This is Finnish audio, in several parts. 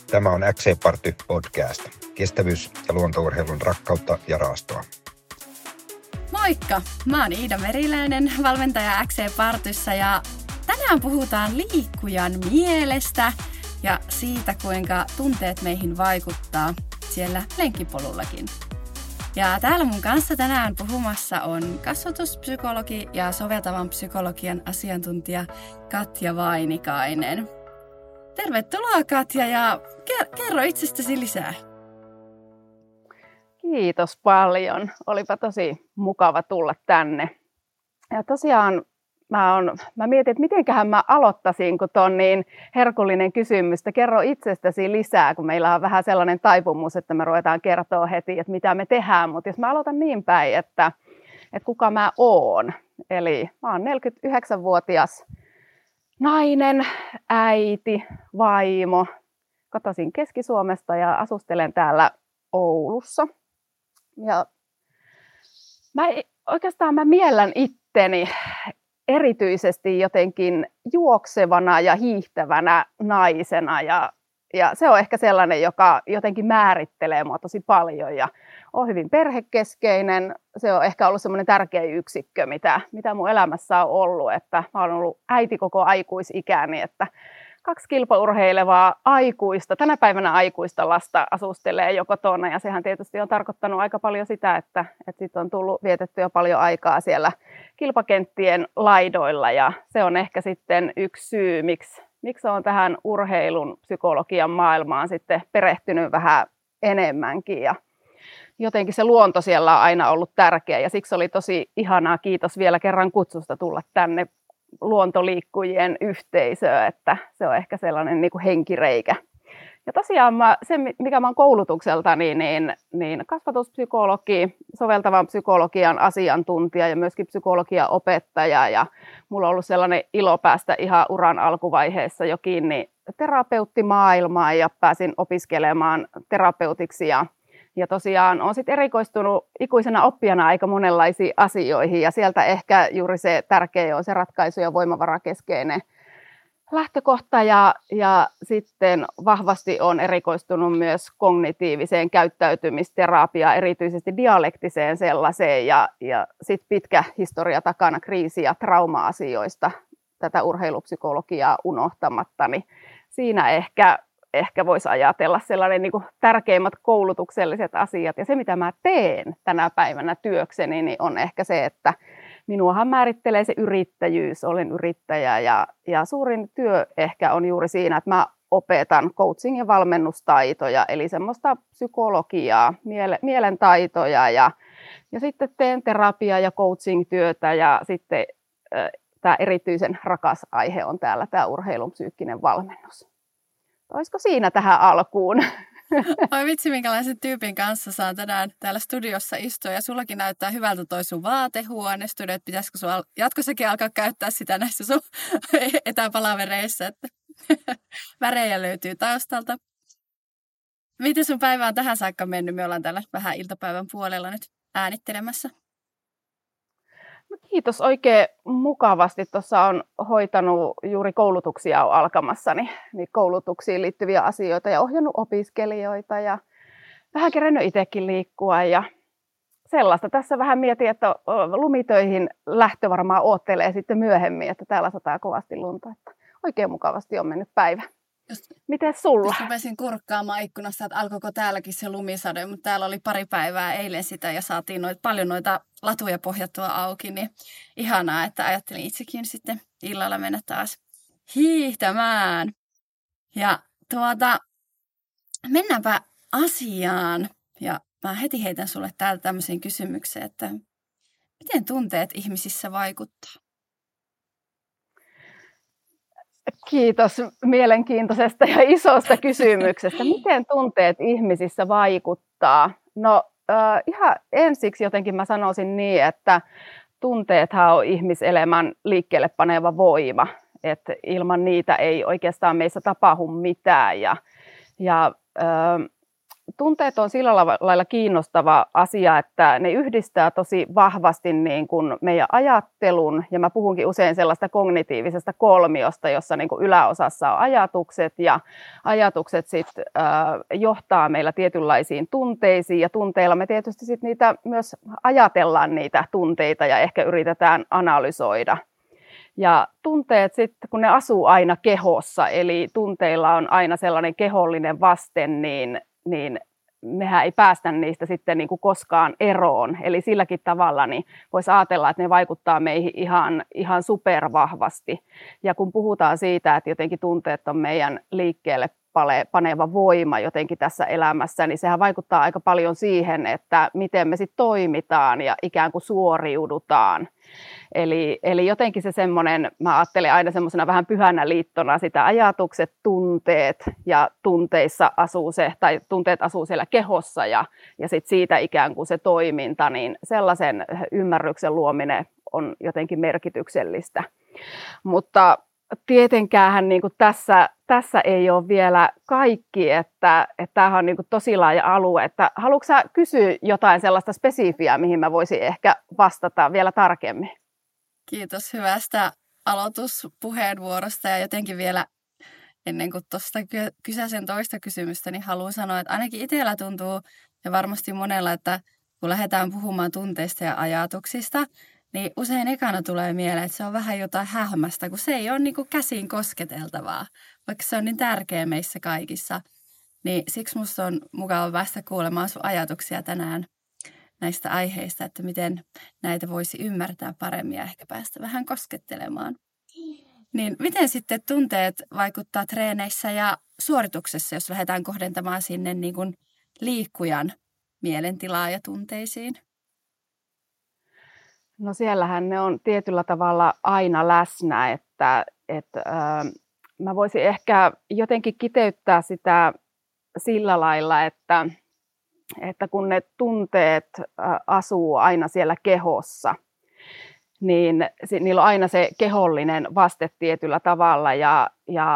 Tämä on XC-Party podcast. Kestävyys- ja luontourheilun rakkautta ja raastoa. Moikka! Mä oon Iida Meriläinen, valmentaja XC-Partyssa ja tänään puhutaan liikkujan mielestä ja siitä, kuinka tunteet meihin vaikuttaa siellä lenkkipolullakin. Ja täällä mun kanssa tänään puhumassa on kasvatuspsykologi ja soveltavan psykologian asiantuntija Katja Vainikainen. Tervetuloa Katja ja kerro itsestäsi lisää. Kiitos paljon. Olipa tosi mukava tulla tänne. Ja tosiaan mä mietin, että mitenköhän mä aloittaisin, kun on niin herkullinen kysymys. Kerro itsestäsi lisää, kun meillä on vähän sellainen taipumus, että me ruvetaan kertoa heti, että mitä me tehdään. Mutta jos mä aloitan niin päin, että kuka mä oon. Eli mä oon 49-vuotias nainen, äiti, vaimo. Kotoisin Keski-Suomesta ja asustelen täällä Oulussa. Ja mä miellän itteni erityisesti jotenkin juoksevana ja hiihtävänä naisena. Ja se on ehkä sellainen, joka jotenkin määrittelee mua tosi paljon. Ja olen hyvin perhekeskeinen. Se on ehkä ollut semmoinen tärkein yksikkö, mitä mun elämässä on ollut. Että mä olen ollut äiti koko aikuisikäni, että 2 kilpaurheilevaa aikuista, tänä päivänä aikuista lasta asustelee jo kotona. Ja sehän tietysti on tarkoittanut aika paljon sitä, että sit on tullut vietettyä paljon aikaa siellä kilpakenttien laidoilla. Ja se on ehkä sitten yksi syy, miksi olen tähän urheilun psykologian maailmaan sitten perehtynyt vähän enemmänkin. Ja jotenkin se luonto siellä on aina ollut tärkeä ja siksi oli tosi ihanaa, kiitos vielä kerran kutsusta tulla tänne luontoliikkujien yhteisöön, että se on ehkä sellainen niin kuin henkireikä. Ja tosiaan se, mikä mä oon koulutukseltani, niin kasvatuspsykologi, soveltavan psykologian asiantuntija ja myöskin psykologian opettaja. Ja mulla on ollut sellainen ilo päästä ihan uran alkuvaiheessa jo kiinni terapeuttimaailmaan ja pääsin opiskelemaan terapeutiksi. Ja tosiaan olen sitten erikoistunut ikuisena oppijana aika monenlaisiin asioihin ja sieltä ehkä juuri se tärkeä on se ratkaisu- ja voimavarakeskeinen lähtökohta ja sitten vahvasti olen erikoistunut myös kognitiiviseen käyttäytymisterapiaan, erityisesti dialektiseen sellaiseen ja sitten pitkä historia takana kriisi- ja trauma-asioista tätä urheilupsykologiaa unohtamatta, niin siinä ehkä voisi ajatella sellainen niin kuin tärkeimmät koulutukselliset asiat. Ja se, mitä mä teen tänä päivänä työkseni, niin on ehkä se, että minuahan määrittelee se yrittäjyys. Olen yrittäjä ja suurin työ ehkä on juuri siinä, että mä opetan coaching- ja valmennustaitoja, eli semmoista psykologiaa, mielentaitoja ja sitten teen terapia- ja coaching-työtä ja sitten tämä erityisen rakas aihe on täällä tämä urheilun psyykkinen valmennus. Olisiko siinä tähän alkuun? Oi vitsi, minkälaisen tyypin kanssa saan tänään täällä studiossa istua. Ja sullakin näyttää hyvältä toi sun vaatehuoneistudio, että pitäisikö sun jatkossakin alkaa käyttää sitä näissä sun etäpalavereissa, että värejä löytyy taustalta. Miten sun päivä on tähän saakka mennyt? Me ollaan täällä vähän iltapäivän puolella nyt äänittelemässä. No kiitos oikein mukavasti. Tuossa on hoitanut juuri koulutuksia on alkamassa, niin koulutuksiin liittyviä asioita ja ohjannut opiskelijoita ja vähän kerennyt itsekin liikkua ja sellaista. Tässä vähän mietin, että lumitöihin lähtö varmaan oottelee sitten myöhemmin, että täällä sataa kovasti lunta. Että oikein mukavasti on mennyt päivä. Miten sulla? Just rupesin kurkkaamaan ikkunasta, että alkoiko täälläkin se lumisade, mutta täällä oli pari päivää eilen sitä ja saatiin paljon noita latuja pohjattua auki, niin ihanaa, että ajattelin itsekin sitten illalla mennä taas hiihtämään. Ja mennäänpä asiaan ja mä heti heitän sulle täältä tämmöisen kysymyksen, että miten tunteet ihmisissä vaikuttaa? Kiitos mielenkiintoisesta ja isosta kysymyksestä. Miten tunteet ihmisissä vaikuttaa? No ihan ensiksi jotenkin mä sanoisin niin, että tunteethan on ihmiselämän liikkeelle paneva voima. Että ilman niitä ei oikeastaan meissä tapahdu mitään. tunteet on sillä lailla kiinnostava asia, että ne yhdistää tosi vahvasti niin kuin meidän ajattelun, ja mä puhunkin usein sellaista kognitiivisesta kolmiosta, jossa niin kuin yläosassa on ajatukset, ja ajatukset sitten johtaa meillä tietynlaisiin tunteisiin, ja tunteilla me tietysti sitten niitä myös ajatellaan niitä tunteita, ja ehkä yritetään analysoida. Ja tunteet sitten, kun ne asuu aina kehossa, eli tunteilla on aina sellainen kehollinen vaste, niin mehän ei päästä niistä sitten niin kuin koskaan eroon. Eli silläkin tavalla niin voisi ajatella, että ne vaikuttaa meihin ihan supervahvasti. Ja kun puhutaan siitä, että jotenkin tunteet on meidän liikkeelle paneva voima jotenkin tässä elämässä, niin sehän vaikuttaa aika paljon siihen, että miten me sitten toimitaan ja ikään kuin suoriudutaan. Eli jotenkin se semmoinen, mä ajattelen aina semmoisena vähän pyhänä liittona sitä ajatukset, tunteet ja tunteissa asuu se, tai tunteet asuu siellä kehossa ja sitten siitä ikään kuin se toiminta, niin sellaisen ymmärryksen luominen on jotenkin merkityksellistä. Mutta tietenkään niin kuin tässä ei ole vielä kaikki, että tämähän on niin kuin tosi laaja alue. Että haluatko sä kysyä jotain sellaista spesifiä, mihin mä voisin ehkä vastata vielä tarkemmin? Kiitos hyvästä aloituspuheenvuorosta ja jotenkin vielä ennen kuin tuosta kysäsen toista kysymystä, niin haluan sanoa, että ainakin itsellä tuntuu ja varmasti monella, että kun lähdetään puhumaan tunteista ja ajatuksista, niin usein ekana tulee mieleen, että se on vähän jotain hähmästä, kun se ei ole niin kuin käsin kosketeltavaa, vaikka se on niin tärkeä meissä kaikissa. Niin siksi musta on mukava päästä kuulemaan sun ajatuksia tänään näistä aiheista, että miten näitä voisi ymmärtää paremmin ja ehkä päästä vähän koskettelemaan. Niin miten sitten tunteet vaikuttaa treeneissä ja suorituksessa, jos lähdetään kohdentamaan sinne niin kuin liikkujan mielentilaa ja tunteisiin? No siellähän ne on tietyllä tavalla aina läsnä, että mä voisin ehkä jotenkin kiteyttää sitä sillä lailla, että kun ne tunteet asuu aina siellä kehossa, niin niillä on aina se kehollinen vaste tietyllä tavalla ja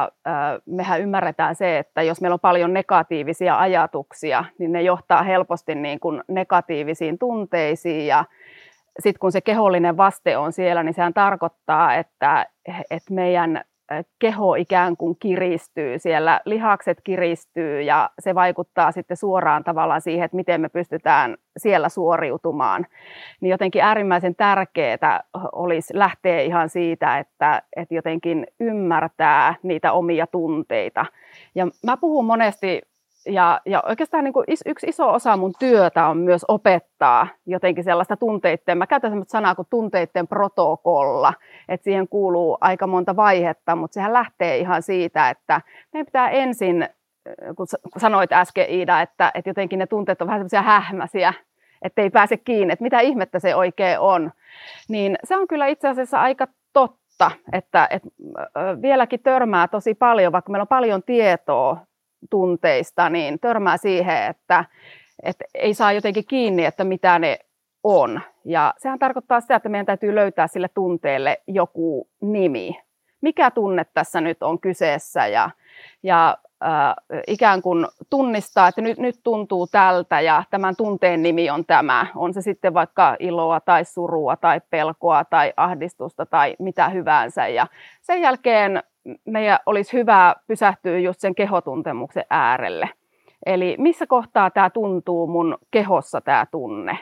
mehän ymmärretään se, että jos meillä on paljon negatiivisia ajatuksia, niin ne johtaa helposti niin kuin negatiivisiin tunteisiin ja sitten kun se kehollinen vaste on siellä, niin sehän tarkoittaa, että meidän keho ikään kuin kiristyy, siellä lihakset kiristyy ja se vaikuttaa sitten suoraan tavallaan siihen, että miten me pystytään siellä suoriutumaan. Niin jotenkin äärimmäisen tärkeää olisi lähteä ihan siitä, että jotenkin ymmärtää niitä omia tunteita. Ja mä puhun monesti ja oikeastaan niin kuin yksi iso osa mun työtä on myös opettaa jotenkin sellaista tunteiden, mä käytän sellaista sanaa kuin tunteiden protokolla, että siihen kuuluu aika monta vaihetta, mutta sehän lähtee ihan siitä, että meidän pitää ensin, kun sanoit äsken Iida, että jotenkin ne tunteet on vähän sellaisia hähmäisiä, ettei pääse kiinni, että mitä ihmettä se oikein on, niin se on kyllä itse asiassa aika totta, että vieläkin törmää tosi paljon, vaikka meillä on paljon tietoa tunteista, niin törmää siihen, että ei saa jotenkin kiinni, että mitä ne on. Ja sehän tarkoittaa sitä, että meidän täytyy löytää sille tunteelle joku nimi. Mikä tunne tässä nyt on kyseessä ja ikään kuin tunnistaa, että nyt tuntuu tältä ja tämän tunteen nimi on tämä. On se sitten vaikka iloa tai surua tai pelkoa tai ahdistusta tai mitä hyvänsä. Ja sen jälkeen meidän olisi hyvä pysähtyä just sen kehotuntemuksen äärelle. Eli missä kohtaa tämä tuntuu mun kehossa tämä tunne.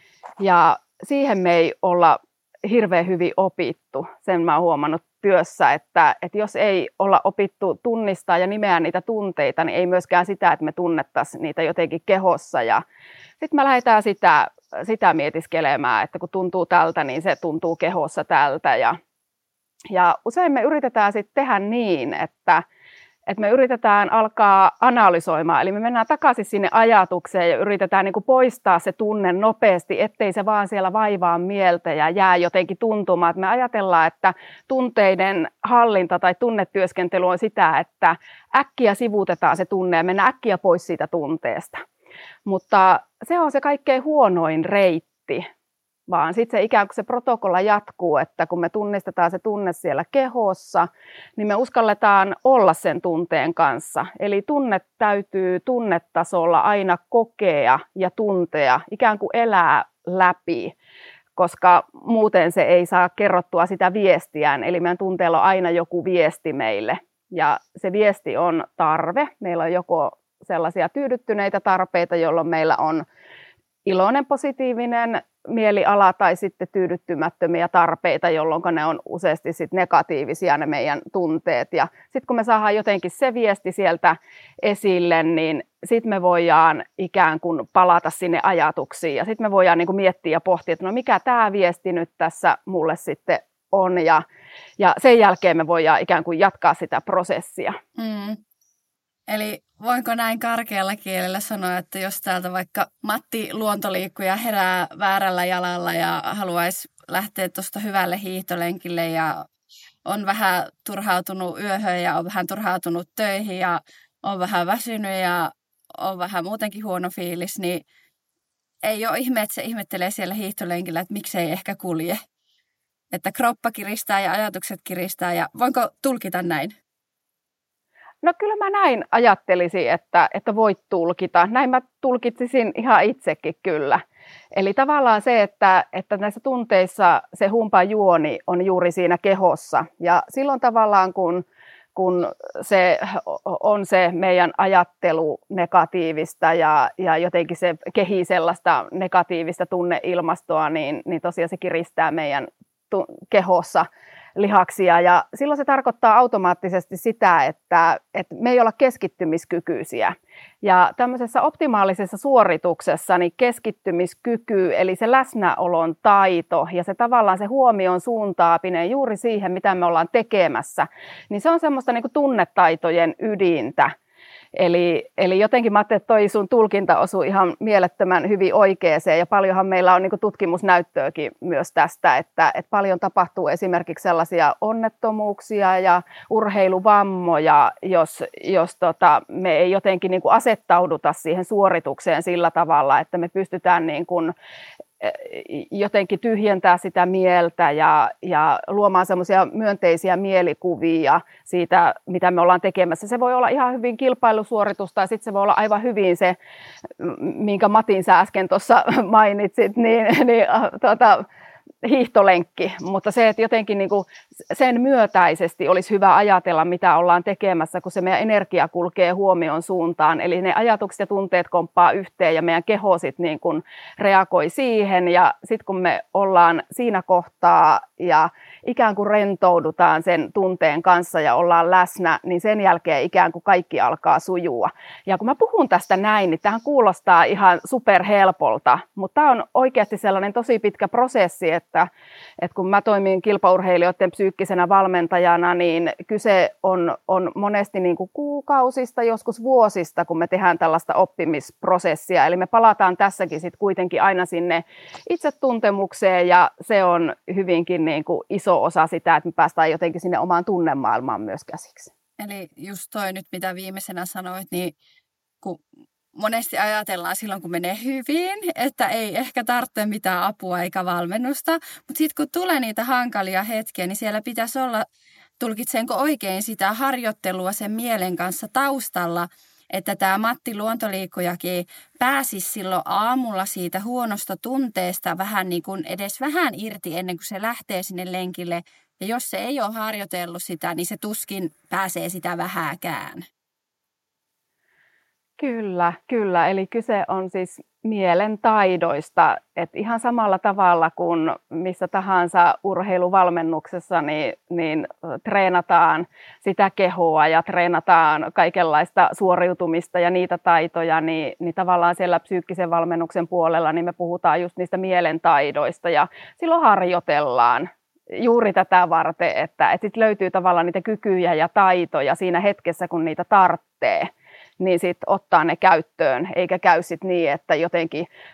Ja siihen me ei olla hirveän hyvin opittu. Sen mä oon huomannut työssä, että jos ei olla opittu tunnistaa ja nimeä niitä tunteita, niin ei myöskään sitä, että me tunnettaisiin niitä jotenkin kehossa. Ja sitten me lähdetään sitä mietiskelemään, että kun tuntuu tältä, niin se tuntuu kehossa tältä. Ja usein me yritetään sitten tehdä niin, että me yritetään alkaa analysoimaan, eli me mennään takaisin sinne ajatukseen ja yritetään niin kuin poistaa se tunne nopeasti, ettei se vaan siellä vaivaa mieltä ja jää jotenkin tuntumaan. Että me ajatellaan, että tunteiden hallinta tai tunnetyöskentely on sitä, että äkkiä sivuutetaan se tunne ja mennään äkkiä pois siitä tunteesta. Mutta se on se kaikkein huonoin reitti. vaan sitten se ikään kuin se protokolla jatkuu, että kun me tunnistetaan se tunne siellä kehossa, niin me uskalletaan olla sen tunteen kanssa. Eli tunne täytyy tunnetasolla aina kokea ja tuntea, ikään kuin elää läpi, koska muuten se ei saa kerrottua sitä viestiään. Eli meidän tunteella on aina joku viesti meille. Ja se viesti on tarve. Meillä on joko sellaisia tyydyttyneitä tarpeita, jolloin meillä on iloinen, positiivinen mieliala tai sitten tyydyttymättömiä tarpeita, jolloin ne on useasti sitten negatiivisia ne meidän tunteet. Ja sitten kun me saadaan jotenkin se viesti sieltä esille, niin sitten me voidaan ikään kuin palata sinne ajatuksiin ja sitten me voidaan niin kuin miettiä ja pohtia, että no mikä tämä viesti nyt tässä mulle sitten on ja sen jälkeen me voidaan ikään kuin jatkaa sitä prosessia. Eli voinko näin karkealla kielellä sanoa, että jos täältä vaikka Matti luontoliikkuja herää väärällä jalalla ja haluaisi lähteä tuosta hyvälle hiihtolenkille ja on vähän turhautunut yöhön ja on vähän turhautunut töihin ja on vähän väsynyt ja on vähän muutenkin huono fiilis, niin ei ole ihme, että se ihmettelee siellä hiihtolenkillä, että miksei ehkä kulje. Että kroppa kiristää ja ajatukset kiristää ja voinko tulkita näin? No kyllä mä näin ajattelisin, että voit tulkita. Näin mä tulkitsisin ihan itsekin kyllä. Eli tavallaan se, että näissä tunteissa se humpan juoni on juuri siinä kehossa. Ja silloin tavallaan kun se on se meidän ajattelu negatiivista ja jotenkin se kehii sellaista negatiivista tunneilmastoa, niin tosiaan se kiristää meidän kehossa lihaksia ja silloin se tarkoittaa automaattisesti sitä, että me ei olla keskittymiskykyisiä. Ja tämmöisessä optimaalisessa suorituksessa niin keskittymiskyky, eli se läsnäolon taito ja se tavallaan se huomion suuntaaminen juuri siihen, mitä me ollaan tekemässä, niin se on semmoista niin kuin tunnetaitojen ydintä. Eli jotenkin mä ajattelin, että toi sun tulkinta osuu ihan mielettömän hyvin oikeeseen ja paljonhan meillä on niin kuin tutkimusnäyttöäkin myös tästä, että paljon tapahtuu esimerkiksi sellaisia onnettomuuksia ja urheiluvammoja, jos me ei jotenkin niin kuin asettauduta siihen suoritukseen sillä tavalla, että me pystytään niin kuin jotenkin tyhjentää sitä mieltä ja luomaan semmoisia myönteisiä mielikuvia siitä, mitä me ollaan tekemässä. Se voi olla ihan hyvin kilpailusuoritus tai sitten se voi olla aivan hyvin se, minkä Matin sä äsken tuossa mainitsit, hiihtolenkki, mutta se, että jotenkin niin kuin sen myötäisesti olisi hyvä ajatella, mitä ollaan tekemässä, kun se meidän energia kulkee huomion suuntaan. Eli ne ajatukset ja tunteet komppaa yhteen ja meidän keho sitten niin kuin reagoi siihen. Ja sitten kun me ollaan siinä kohtaa ja ikään kuin rentoudutaan sen tunteen kanssa ja ollaan läsnä, niin sen jälkeen ikään kuin kaikki alkaa sujua. Ja kun mä puhun tästä näin, niin tämähän kuulostaa ihan superhelpolta, mutta tämä on oikeasti sellainen tosi pitkä prosessi, että kun mä toimin kilpaurheilijoiden psyykkisenä valmentajana, niin kyse on monesti niin kuin kuukausista, joskus vuosista, kun me tehdään tällaista oppimisprosessia. Eli me palataan tässäkin sitten kuitenkin aina sinne itsetuntemukseen ja se on hyvinkin niin kuin iso osa sitä, että me päästään jotenkin sinne omaan tunnemaailmaan myös käsiksi. Eli just toi nyt, mitä viimeisenä sanoit, niin kun monesti ajatellaan silloin, kun menee hyvin, että ei ehkä tarvitse mitään apua eikä valmennusta, mutta sitten kun tulee niitä hankalia hetkiä, niin siellä pitäisi olla, tulkitsenko oikein sitä harjoittelua sen mielen kanssa taustalla, että tämä Matti luontoliikkujakin pääsisi silloin aamulla siitä huonosta tunteesta vähän niin kuin edes vähän irti ennen kuin se lähtee sinne lenkille. Ja jos se ei ole harjoitellut sitä, niin se tuskin pääsee sitä vähääkään. Kyllä. Eli kyse on siis mielen taidoista, että ihan samalla tavalla kuin missä tahansa urheiluvalmennuksessa, niin treenataan sitä kehoa ja treenataan kaikenlaista suoriutumista ja niitä taitoja, niin tavallaan siellä psyykkisen valmennuksen puolella niin me puhutaan just niistä mielen taidoista ja silloin harjoitellaan juuri tätä varten, että sitten löytyy tavallaan niitä kykyjä ja taitoja siinä hetkessä, kun niitä tarvitsee. Niin sitten ottaa ne käyttöön, eikä käy sitten niin, että jotenkin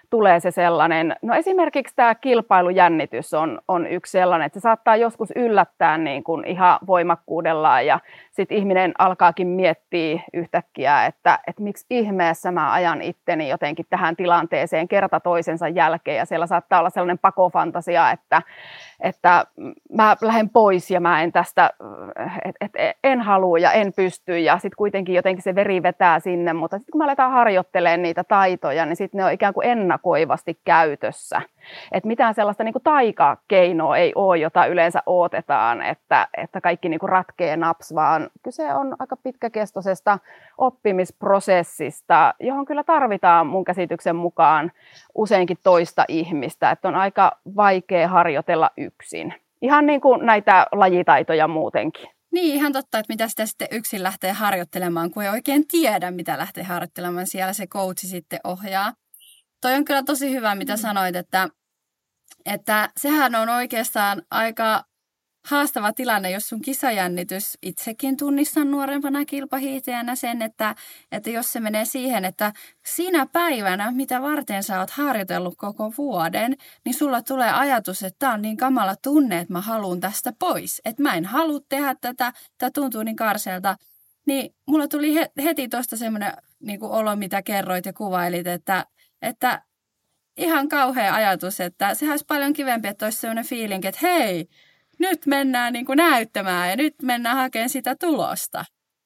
tulee se sellainen, no esimerkiksi tämä kilpailujännitys on yksi sellainen, että se saattaa joskus yllättää niin kuin ihan voimakkuudellaan ja sitten ihminen alkaakin miettiä yhtäkkiä, että miksi ihmeessä mä ajan itteni jotenkin tähän tilanteeseen kerta toisensa jälkeen ja siellä saattaa olla sellainen pakofantasia, että mä lähden pois ja mä en tästä, en halua ja en pysty ja sitten kuitenkin jotenkin se veri vetää sinne, mutta sitten kun me aletaan harjoittelemaan niitä taitoja, niin sitten ne on ikään kuin ennakoivasti käytössä. Että mitään sellaista niin kuin taikakeinoa ei ole, jota yleensä odotetaan, että kaikki niin kuin ratkee naps, vaan kyse on aika pitkäkestoisesta oppimisprosessista, johon kyllä tarvitaan mun käsityksen mukaan useinkin toista ihmistä, että on aika vaikea harjoitella yksin. Ihan niin kuin näitä lajitaitoja muutenkin. Niin, ihan totta, että mitä sitä sitten yksin lähtee harjoittelemaan, kun ei oikein tiedä, mitä lähtee harjoittelemaan. Siellä se coachi sitten ohjaa. Toi on kyllä tosi hyvä, mitä sanoit, että sehän on oikeastaan aika haastava tilanne, jos sun kisajännitys, itsekin tunnistan nuorempana kilpahiihtäjänä sen, että jos se menee siihen, että siinä päivänä, mitä varten sä oot harjoitellut koko vuoden, niin sulla tulee ajatus, että tää on niin kamala tunne, että mä haluun tästä pois. Että mä en halua tehdä tätä, tää tuntuu niin karseelta. Niin mulla tuli heti tuosta semmoinen niin kuin olo, mitä kerroit ja kuvailit, että ihan kauhea ajatus, että sehän olisi paljon kivempi, että olisi sellainen fiilinki, että hei, nyt mennään niin kuin näyttämään ja nyt mennään hakemaan sitä tulosta.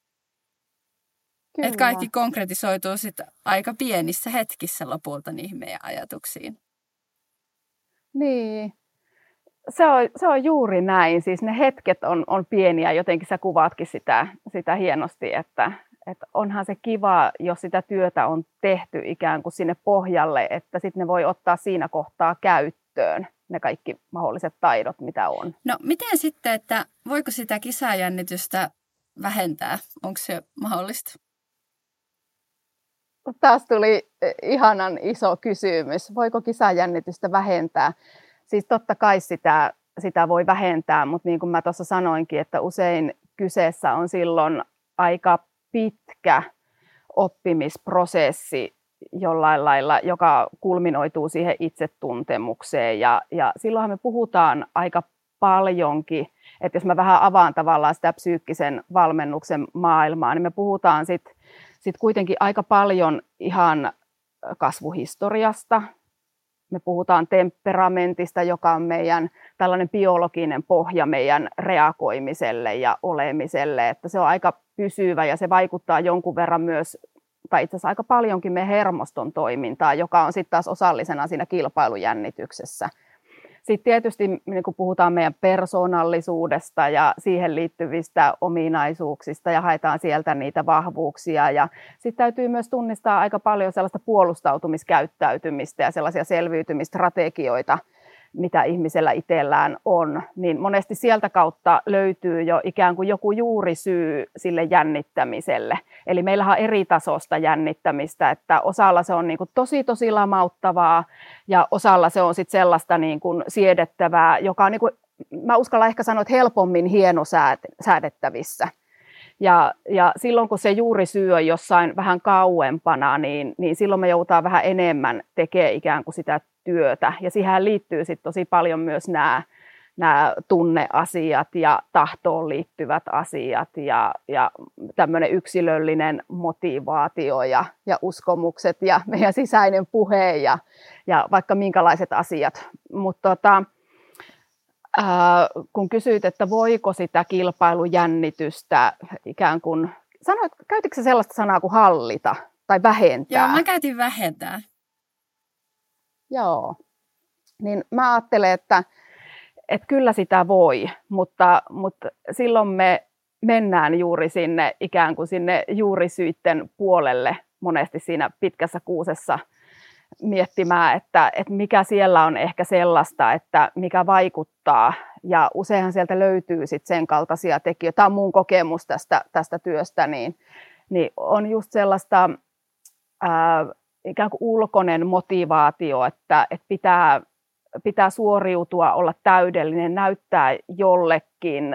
Että kaikki konkretisoituu sitten aika pienissä hetkissä lopulta niihin meidän ajatuksiin. Niin, se on juuri näin. Siis ne hetket on pieniä, jotenkin sä kuvaatkin sitä hienosti, että onhan se kiva, jos sitä työtä on tehty ikään kuin sinne pohjalle, että sitten ne voi ottaa siinä kohtaa käyttöön ne kaikki mahdolliset taidot, mitä on. No miten sitten, että voiko sitä kisajännitystä vähentää? Onko se mahdollista? Taas tuli ihanan iso kysymys. Voiko kisajännitystä vähentää? Siis totta kai sitä voi vähentää, mutta niin kuin mä tuossa sanoinkin, että usein kyseessä on silloin aika pitkä oppimisprosessi jollain lailla, joka kulminoituu siihen itsetuntemukseen. Ja silloinhan me puhutaan aika paljonkin, että jos mä vähän avaan tavallaan sitä psyykkisen valmennuksen maailmaa, niin me puhutaan sit kuitenkin aika paljon ihan kasvuhistoriasta. Me puhutaan temperamentista, joka on meidän tällainen biologinen pohja meidän reagoimiselle ja olemiselle, että se on aika pysyvä ja se vaikuttaa jonkun verran myös, tai itse asiassa aika paljonkin meidän hermoston toimintaan, joka on sitten taas osallisena siinä kilpailujännityksessä. Sitten tietysti niin kun puhutaan meidän persoonallisuudesta ja siihen liittyvistä ominaisuuksista ja haetaan sieltä niitä vahvuuksia. Ja sitten täytyy myös tunnistaa aika paljon sellaista puolustautumiskäyttäytymistä ja sellaisia selviytymistrategioita, mitä ihmisellä itsellään on. Niin monesti sieltä kautta löytyy jo ikään kuin joku juurisyy sille jännittämiselle. Eli meillähän on eri tasosta jännittämistä, että osalla se on niin kuin tosi lamauttavaa ja osalla se on sitten sellaista niin kuin siedettävää, joka on, niin kuin, mä uskallan ehkä sanoa, että helpommin hienosäädettävissä. Ja silloin kun se juurisyy on jossain vähän kauempana, niin silloin me joudutaan vähän enemmän tekemään ikään kuin sitä työtä. Ja siihen liittyy sitten tosi paljon myös nämä tunneasiat ja tahtoon liittyvät asiat ja tämmöinen yksilöllinen motivaatio ja uskomukset ja meidän sisäinen puhe ja vaikka minkälaiset asiat. Mutta kun kysyit, että voiko sitä kilpailujännitystä ikään kuin, käytitkö sellaista sanaa kuin hallita tai vähentää? Joo, mä käytin vähentää. Joo, niin mä ajattelen, että kyllä sitä voi, mutta silloin me mennään juuri sinne ikään kuin sinne juurisyitten puolelle monesti siinä pitkässä kuusessa miettimään, että mikä siellä on ehkä sellaista, että mikä vaikuttaa. Ja useinhan sieltä löytyy sit sen kaltaisia tekijöitä. Tämä on mun kokemus tästä työstä, niin on just sellaista ikään kuin ulkoinen motivaatio, että pitää suoriutua, olla täydellinen, näyttää jollekin,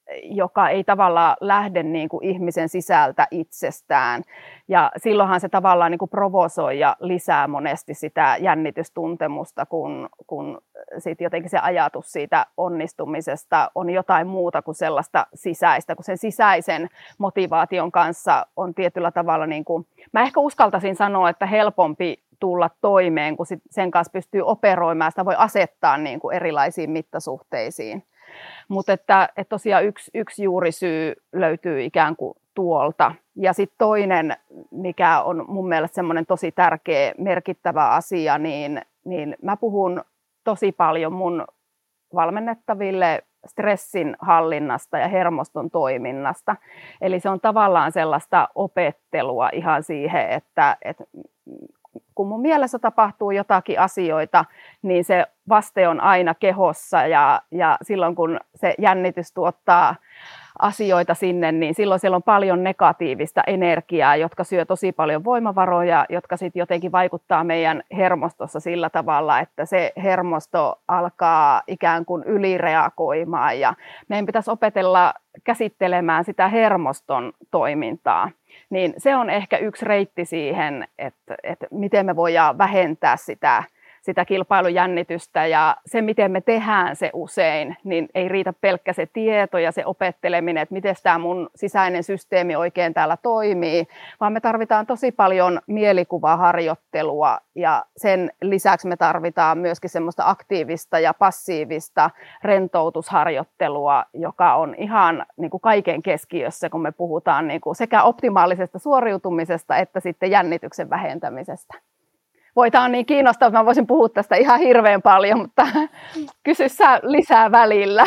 joka ei tavallaan lähde niin kuin ihmisen sisältä itsestään. Ja silloinhan se tavallaan niin kuin provosoi ja lisää monesti sitä jännitystuntemusta, kun sit jotenkin se ajatus siitä onnistumisesta on jotain muuta kuin sellaista sisäistä, kun sen sisäisen motivaation kanssa on tietyllä tavalla, niin kuin, mä ehkä uskaltaisin sanoa, että helpompi tulla toimeen, kun sen kanssa pystyy operoimaan, sitä voi asettaa niin kuin erilaisiin mittasuhteisiin. Mutta että tosiaan yksi juurisyy löytyy ikään kuin tuolta. Ja sitten toinen, mikä on mun mielestä semmoinen tosi tärkeä, merkittävä asia, niin mä puhun tosi paljon mun valmennettaville stressin hallinnasta ja hermoston toiminnasta. Eli se on tavallaan sellaista opettelua ihan siihen, että kun mun mielessä tapahtuu jotakin asioita, niin se vaste on aina kehossa ja silloin kun se jännitys tuottaa asioita sinne, niin silloin siellä on paljon negatiivista energiaa, jotka syö tosi paljon voimavaroja, jotka sitten jotenkin vaikuttaa meidän hermostossa sillä tavalla, että se hermosto alkaa ikään kuin ylireagoimaan ja meidän pitäisi opetella käsittelemään sitä hermoston toimintaa. Niin se on ehkä yksi reitti siihen, että miten me voidaan vähentää sitä kilpailujännitystä ja se, miten me tehdään se usein, niin ei riitä pelkkä se tieto ja se opetteleminen, että miten tämä mun sisäinen systeemi oikein täällä toimii, vaan me tarvitaan tosi paljon mielikuvaharjoittelua ja sen lisäksi me tarvitaan myöskin semmoista aktiivista ja passiivista rentoutusharjoittelua, joka on ihan niin kuin kaiken keskiössä, kun me puhutaan niin kuin sekä optimaalisesta suoriutumisesta että sitten jännityksen vähentämisestä. Tämä on niin kiinnostavaa, että mä voisin puhua tästä ihan hirveän paljon, mutta kysy sä lisää välillä.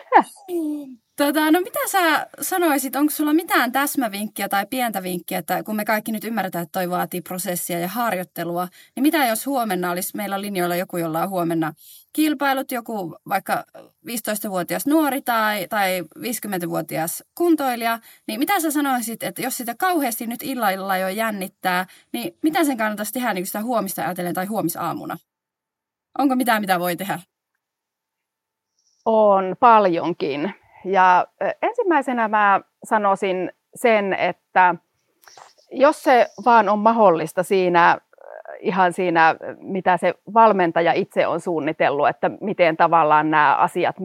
No mitä sä sanoisit, onko sulla mitään täsmävinkkiä tai pientä vinkkiä, että kun me kaikki nyt ymmärretään, että toi vaatii prosessia ja harjoittelua, niin mitä jos huomenna olisi meillä linjoilla joku, jolla on huomenna kilpailut, joku vaikka 15-vuotias nuori tai 50-vuotias kuntoilija, niin mitä sä sanoisit, että jos sitä kauheasti nyt illalla jo jännittää, niin mitä sen kannattaisi tehdä niin sitä huomista ajatellen tai huomisaamuna? Onko mitään, mitä voi tehdä? On paljonkin. Ja ensimmäisenä mä sanoisin sen, että jos se vaan on mahdollista ihan siinä, mitä se valmentaja itse on suunnitellut, että miten tavallaan nämä asiat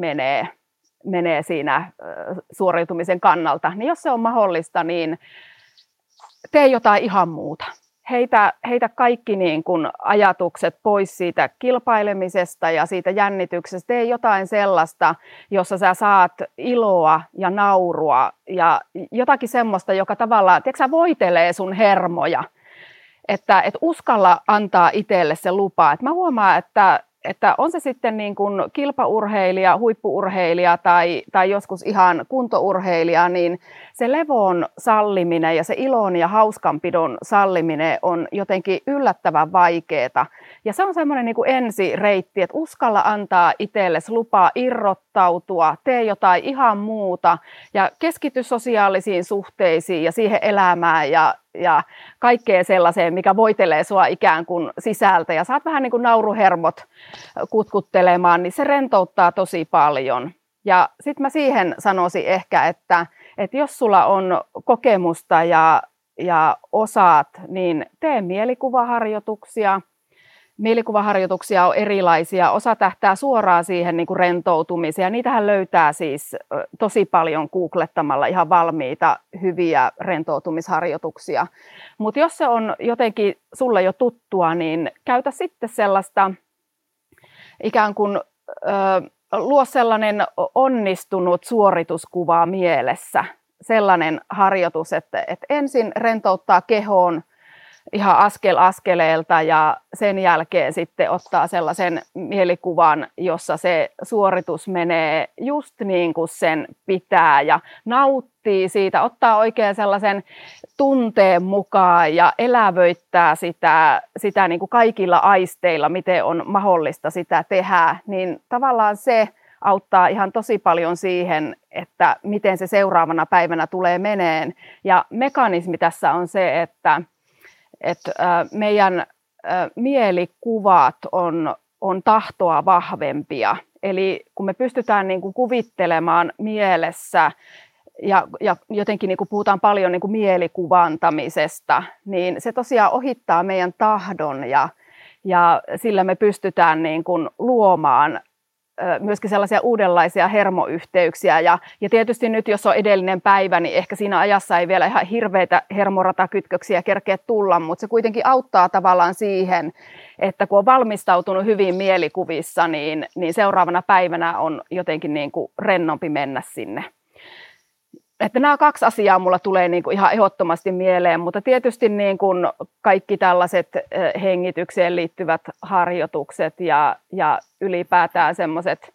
menee siinä suoriutumisen kannalta, niin jos se on mahdollista, niin tee jotain ihan muuta. Heitä kaikki niin kuin ajatukset pois siitä kilpailemisesta ja siitä jännityksestä. Tee jotain sellaista, jossa sä saat iloa ja naurua ja jotakin semmoista, joka tavallaan voitelee sun hermoja. Että uskalla antaa itselle se lupa. Et mä huomaan, että on se sitten niin kuin kilpaurheilija, huippuurheilija tai joskus ihan kuntourheilija, niin se levon salliminen ja se ilon ja hauskanpidon salliminen on jotenkin yllättävän vaikeaa. Ja se on semmoinen niin kuin ensireitti, että uskalla antaa itsellesi lupaa irrottautua, tee jotain ihan muuta ja keskity sosiaalisiin suhteisiin ja siihen elämään ja kaikkeen sellaiseen, mikä voitelee sua ikään kuin sisältä ja saat vähän niin kuin nauruhermot kutkuttelemaan, niin se rentouttaa tosi paljon. Ja sitten mä siihen sanoisin ehkä, että jos sulla on kokemusta ja osaat, niin tee mielikuvaharjoituksia. Mielikuvaharjoituksia on erilaisia. Osa tähtää suoraan siihen niin kuin rentoutumiseen. Ja niitähän löytää siis tosi paljon googlettamalla ihan valmiita hyviä rentoutumisharjoituksia. Mutta jos se on jotenkin sulle jo tuttua, niin käytä sitten sellaista ikään kuin luo sellainen onnistunut suorituskuva mielessä. Sellainen harjoitus, että ensin rentouttaa kehoon ihan askel askeleelta ja sen jälkeen sitten ottaa sellaisen mielikuvan, jossa se suoritus menee just niin kuin sen pitää ja nauttii siitä, ottaa oikein sellaisen tunteen mukaan ja elävöittää sitä niin kuin kaikilla aisteilla, miten on mahdollista sitä tehdä, niin tavallaan se auttaa ihan tosi paljon siihen, että miten se seuraavana päivänä tulee meneen. Ja mekanismi tässä on se, että meidän mielikuvat on tahtoa vahvempia. Eli kun me pystytään niin kuin kuvittelemaan mielessä ja jotenkin niin kuin puhutaan paljon niin kuin mielikuvantamisesta, niin se tosiaan ohittaa meidän tahdon ja sillä me pystytään niin kuin luomaan myöskin sellaisia uudenlaisia hermoyhteyksiä. Ja tietysti nyt, jos on edellinen päivä, niin ehkä siinä ajassa ei vielä ihan hirveitä hermoratakytköksiä kerkeä tulla, mutta se kuitenkin auttaa tavallaan siihen, että kun on valmistautunut hyvin mielikuvissa, niin seuraavana päivänä on jotenkin niin kuin rennompi mennä sinne. Että nämä 2 asiaa mulla tulee niin kuin ihan ehdottomasti mieleen, mutta tietysti niin kuin kaikki tällaiset hengitykseen liittyvät harjoitukset ja ylipäätään semmoiset,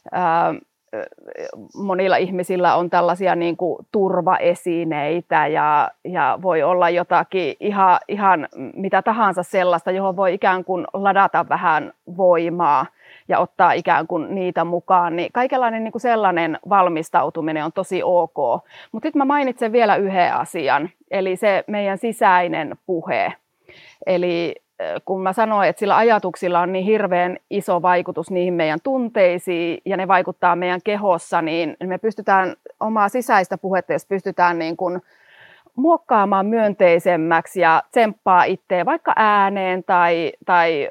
monilla ihmisillä on tällaisia niin kuin turvaesineitä ja voi olla jotakin ihan mitä tahansa sellaista, johon voi ikään kuin ladata vähän voimaa ja ottaa ikään kuin niitä mukaan, niin kaikenlainen niin kuin sellainen valmistautuminen on tosi ok. Mutta sitten mä mainitsen vielä yhden asian, eli se meidän sisäinen puhe. Eli kun mä sanoin, että sillä ajatuksilla on niin hirveän iso vaikutus niihin meidän tunteisiin ja ne vaikuttaa meidän kehossa, niin me pystytään omaa sisäistä puhetta, jos pystytään niin kuin muokkaamaan myönteisemmäksi ja tsemppaa itseä vaikka ääneen tai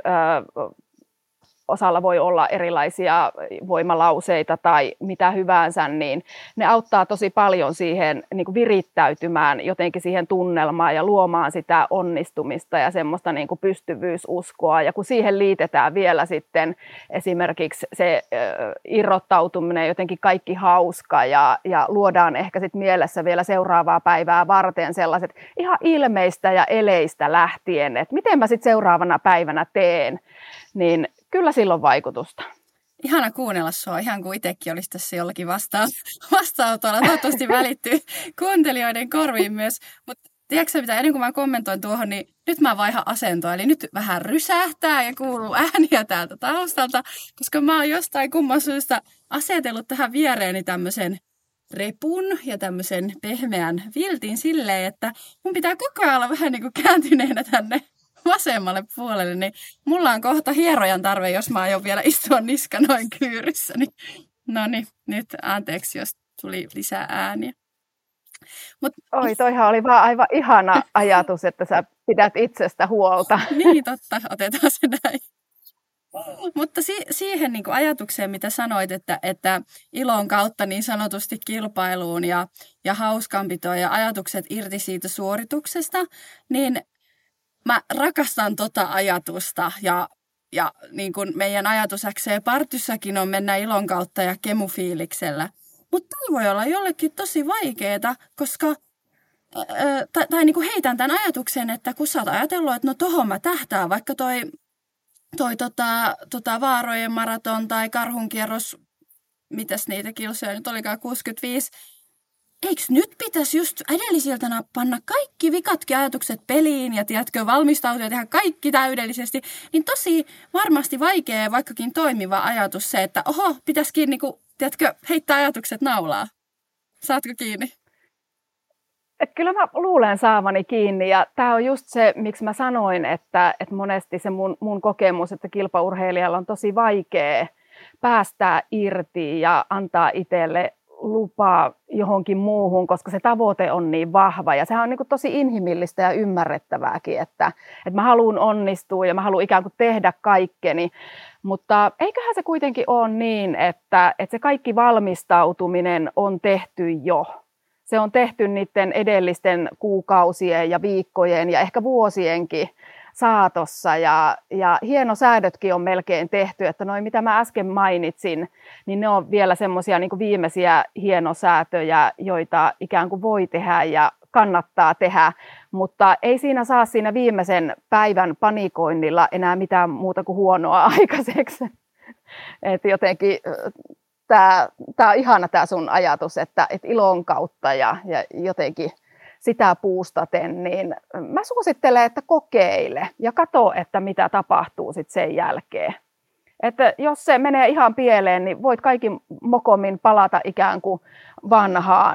osalla voi olla erilaisia voimalauseita tai mitä hyvänsä, niin ne auttaa tosi paljon siihen niin kuin virittäytymään jotenkin siihen tunnelmaan ja luomaan sitä onnistumista ja semmoista niin kuin pystyvyysuskoa. Ja kun siihen liitetään vielä sitten esimerkiksi se irrottautuminen, jotenkin kaikki hauska ja luodaan ehkä sitten mielessä vielä seuraavaa päivää varten sellaiset ihan ilmeistä ja eleistä lähtien, että miten mä sitten seuraavana päivänä teen, niin kyllä sillä on vaikutusta. Ihana kuunnella sua, ihan kuin itsekin olisi tässä jollakin vastaanotolla. Toivottavasti välittyy kuuntelijoiden korviin myös. Mutta tiedätkö mitä, ennen kuin mä kommentoin tuohon, niin nyt mä vaihan asentoa. Eli nyt vähän rysähtää ja kuuluu ääniä täältä taustalta, koska mä oon jostain kumman syystä asetellut tähän viereeni tämmöisen repun ja tämmöisen pehmeän viltin silleen, että mun pitää koko ajan olla vähän niin kuin kääntyneenä tänne vasemmalle puolelle, niin mulla on kohta hierojan tarve, jos mä aion vielä istua niska noin kyyryssä. No niin, nyt anteeksi, jos tuli lisää ääniä. Oi, toihan oli vaan aivan ihana ajatus, että sä pidät itsestä huolta. Niin, totta, otetaan se näin. Mutta siihen niin kuin ajatukseen, mitä sanoit, että ilon kautta niin sanotusti kilpailuun ja hauskanpitoon ja ajatukset irti siitä suorituksesta, niin mä rakastan tota ajatusta ja niin kuin meidän ajatus XC-partyssakin on mennä ilon kautta ja kemufiiliksellä. Mutta tämä voi olla jollekin tosi vaikeaa, koska tai niin kuin heitän tämän ajatuksen, että kun sä oot ajatellut, että no tohon mä tähtään, vaikka toi Vaarojen maraton tai karhunkierros, mitäs niitä kilsoja nyt olikaan 65, eikö nyt pitäisi just edellisiltä panna kaikki vikatkin ajatukset peliin ja tiedätkö, valmistautua ja tehdä kaikki täydellisesti, niin tosi varmasti vaikea, vaikkakin toimiva ajatus se, että oho, pitäisikin niinku, tiedätkö, heittää ajatukset naulaa. Saatko kiinni? Kyllä mä luulen saavani kiinni ja tämä on just se, miksi mä sanoin, että monesti se mun kokemus, että kilpaurheilijalla on tosi vaikea päästää irti ja antaa itselle lupaa johonkin muuhun, koska se tavoite on niin vahva ja sehän on niin kuin tosi inhimillistä ja ymmärrettävääkin, että mä haluan onnistua ja mä haluan ikään kuin tehdä kaikkeni, mutta eiköhän se kuitenkin ole niin, että se kaikki valmistautuminen on tehty jo. Se on tehty niiden edellisten kuukausien ja viikkojen ja ehkä vuosienkin saatossa ja hienosäädötkin on melkein tehty, että noin mitä mä äsken mainitsin, niin ne on vielä semmoisia niin kuin viimeisiä hienosäätöjä, joita ikään kuin voi tehdä ja kannattaa tehdä, mutta ei siinä siinä viimeisen päivän panikoinnilla enää mitään muuta kuin huonoa aikaiseksi. Et jotenkin tämä on ihana tämä sun ajatus, että ilon kautta ja jotenkin sitä puustaten, niin mä suosittelen, että kokeile ja katso, että mitä tapahtuu sitten sen jälkeen. Että jos se menee ihan pieleen, niin voit kaikin mokomin palata ikään kuin vanhaan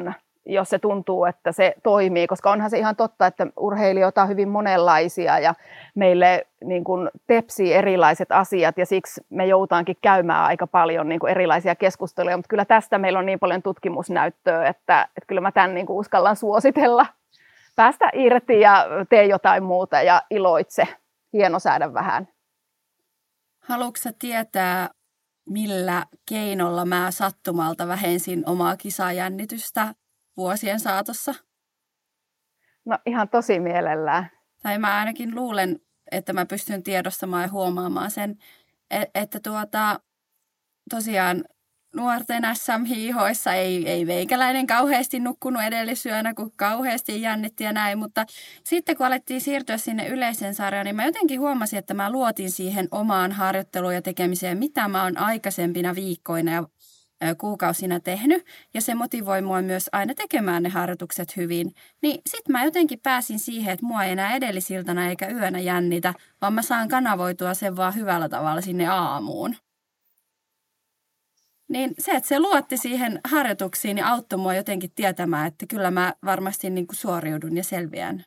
jos se tuntuu, että se toimii, koska onhan se ihan totta, että urheilijoita on hyvin monenlaisia ja meille niin kuin tepsii erilaiset asiat ja siksi me joutaankin käymään aika paljon niin kuin erilaisia keskusteluja, mutta kyllä tästä meillä on niin paljon tutkimusnäyttöä, että kyllä mä tämän niin kuin uskallan suositella. Päästä irti ja tee jotain muuta ja iloitse, hienosäädä vähän. Haluatko sä tietää, millä keinolla mä sattumalta vähensin omaa kisajännitystä vuosien saatossa? No ihan tosi mielellään. Tai mä ainakin luulen, että mä pystyn tiedostamaan ja huomaamaan sen, että tosiaan nuorten SM-hiihoissa ei meikäläinen kauheasti nukkunut edellisyönä, kun kauheasti jännitti ja näin, mutta sitten kun alettiin siirtyä sinne yleisen sarjaan, niin mä jotenkin huomasin, että mä luotin siihen omaan harjoitteluun ja tekemiseen, mitä mä oon aikaisempina viikkoina ja kuukausina tehnyt, ja se motivoi mua myös aina tekemään ne harjoitukset hyvin, niin sitten mä jotenkin pääsin siihen, että mua ei enää edellisiltana eikä yönä jännitä, vaan mä saan kanavoitua sen vaan hyvällä tavalla sinne aamuun. Niin se, että se luotti siihen harjoituksiin, niin auttoi mua jotenkin tietämään, että kyllä mä varmasti niin kuin suoriudun ja selviän.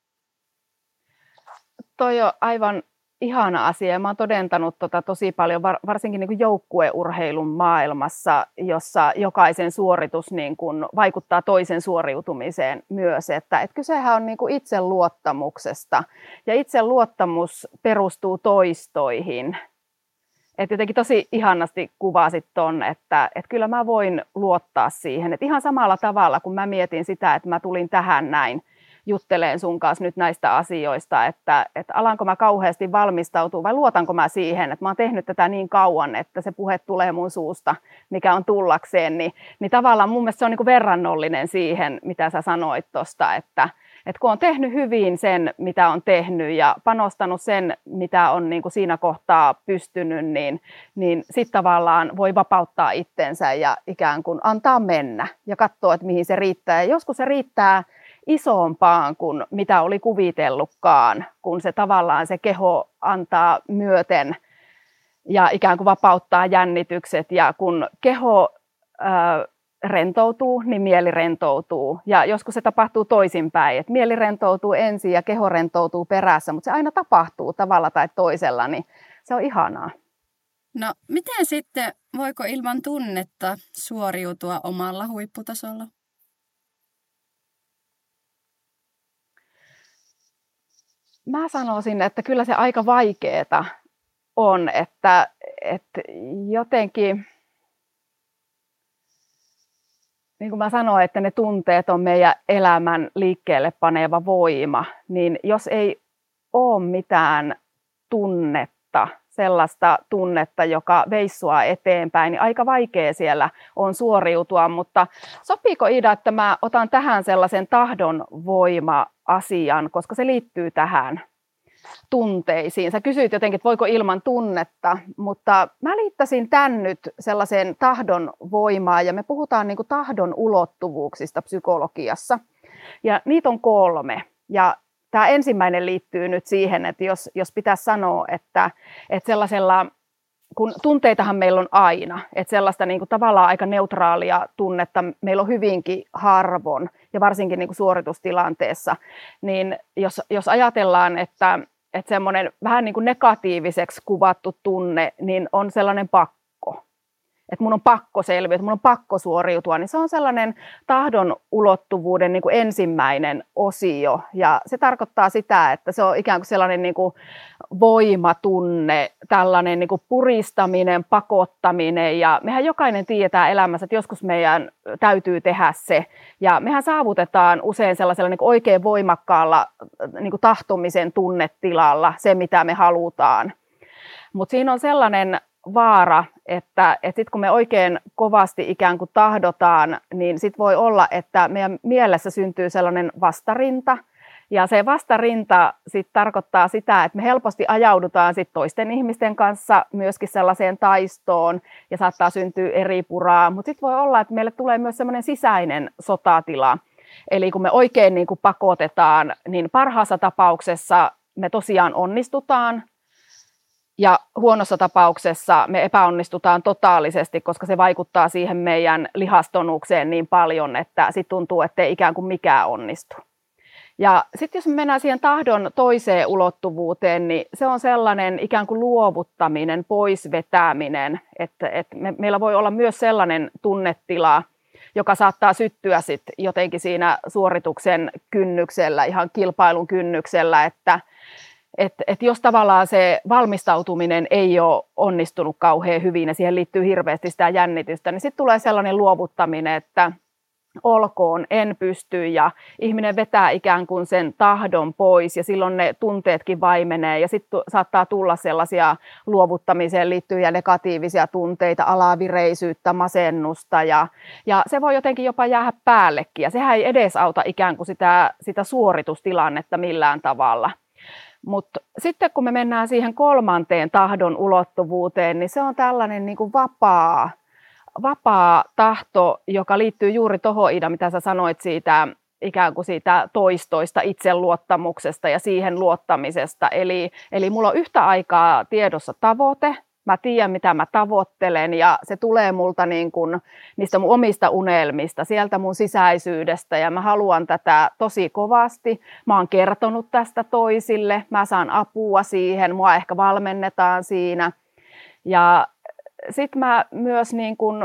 Toi on aivan ihana asia. Mä oon todentanut tosi paljon, varsinkin niin kuin joukkueurheilun maailmassa, jossa jokaisen suoritus niin kuin vaikuttaa toisen suoriutumiseen myös. Että kysehän on niin kuin itseluottamuksesta ja itseluottamus perustuu toistoihin. Että jotenkin tosi ihanasti kuvasit ton, että kyllä mä voin luottaa siihen. Että ihan samalla tavalla, kun mä mietin sitä, että mä tulin tähän näin jutteleen sun kanssa nyt näistä asioista, että alanko mä kauheasti valmistautua vai luotanko mä siihen, että mä oon tehnyt tätä niin kauan, että se puhe tulee mun suusta, mikä on tullakseen, niin tavallaan mun mielestä se on niin kuin verrannollinen siihen, mitä sä sanoit tuosta, että kun on tehnyt hyvin sen, mitä on tehnyt ja panostanut sen, mitä on niin kuin siinä kohtaa pystynyt, niin sitten tavallaan voi vapauttaa itsensä ja ikään kuin antaa mennä ja katsoa, että mihin se riittää. Ja joskus se riittää isompaan kuin mitä oli kuvitellutkaan, kun se tavallaan se keho antaa myöten ja ikään kuin vapauttaa jännitykset ja kun keho rentoutuu, niin mieli rentoutuu. Ja joskus se tapahtuu toisinpäin, että mieli rentoutuu ensin ja keho rentoutuu perässä, mutta se aina tapahtuu tavalla tai toisella, niin se on ihanaa. No, miten sitten, voiko ilman tunnetta suoriutua omalla huipputasolla? Mä sanoisin, että kyllä se aika vaikeeta on, että jotenkin, niin kuin mä sanoin, että ne tunteet on meidän elämän liikkeelle paneva voima, niin jos ei ole mitään tunnetta, sellaista tunnetta, joka veisi sua eteenpäin, niin aika vaikea siellä on suoriutua, mutta sopiiko Ida, että mä otan tähän sellaisen tahdonvoima-asian, koska se liittyy tähän tunteisiin. Sä kysyit jotenkin, että voiko ilman tunnetta, mutta mä liittäisin tämän nyt sellaiseen tahdon voimaan, ja me puhutaan niin kuin tahdon ulottuvuuksista psykologiassa, ja niitä on 3, ja tämä ensimmäinen liittyy nyt siihen, että jos pitäisi sanoa, että sellaisella, kun tunteitahan meillä on aina, että sellaista niin kuin tavallaan aika neutraalia tunnetta meillä on hyvinkin harvoin, ja varsinkin niin kuin suoritustilanteessa, niin jos ajatellaan, että semmoinen vähän niin kuin negatiiviseksi kuvattu tunne, niin on sellainen pakko. Että mun on pakko selviä, että mun on pakko suoriutua, niin se on sellainen tahdon ulottuvuuden niin kuin ensimmäinen osio. Ja se tarkoittaa sitä, että se on ikään kuin sellainen niin kuin voimatunne, tällainen niin kuin puristaminen, pakottaminen. Ja mehän jokainen tietää elämässä, että joskus meidän täytyy tehdä se. Ja mehän saavutetaan usein sellaisella niin kuin oikein voimakkaalla niin kuin tahtomisen tunnetilalla se, mitä me halutaan. Mutta siinä on sellainen vaara, että sitten kun me oikein kovasti ikään kuin tahdotaan, niin sitten voi olla, että meidän mielessä syntyy sellainen vastarinta. Ja se vastarinta sitten tarkoittaa sitä, että me helposti ajaudutaan sitten toisten ihmisten kanssa myöskin sellaiseen taistoon ja saattaa syntyä eripuraa. Mutta sitten voi olla, että meille tulee myös sellainen sisäinen sotatila. Eli kun me oikein niin kuin pakotetaan, niin parhaassa tapauksessa me tosiaan onnistutaan. Ja huonossa tapauksessa me epäonnistutaan totaalisesti, koska se vaikuttaa siihen meidän lihastonukseen niin paljon, että sitten tuntuu, ettei ikään kuin mikään onnistu. Ja sitten jos me mennään siihen tahdon toiseen ulottuvuuteen, niin se on sellainen ikään kuin luovuttaminen, pois vetäminen, että meillä voi olla myös sellainen tunnetila, joka saattaa syttyä sitten jotenkin siinä suorituksen kynnyksellä, ihan kilpailun kynnyksellä, että jos tavallaan se valmistautuminen ei ole onnistunut kauhean hyvin ja siihen liittyy hirveästi sitä jännitystä, niin sitten tulee sellainen luovuttaminen, että olkoon, en pysty, ja ihminen vetää ikään kuin sen tahdon pois ja silloin ne tunteetkin vaimenee ja sitten saattaa tulla sellaisia luovuttamiseen liittyviä negatiivisia tunteita, alavireisyyttä, masennusta ja se voi jotenkin jopa jäädä päällekin ja sehän ei edesauta ikään kuin sitä suoritustilannetta millään tavalla. Mutta sitten kun me mennään siihen kolmanteen tahdon ulottuvuuteen, niin se on tällainen niin kuin vapaa tahto, joka liittyy juuri tuohon, Ida, mitä sä sanoit siitä ikään kuin siitä toistoista, itseluottamuksesta ja siihen luottamisesta. Eli mulla on yhtä aikaa tiedossa tavoite, mä tiedän mitä mä tavoittelen ja se tulee multa niin kuin niistä mun omista unelmista, sieltä mun sisäisyydestä ja mä haluan tätä tosi kovasti. Mä oon kertonut tästä toisille, mä saan apua siihen, mua ehkä valmennetaan siinä ja sitten mä myös niin kuin,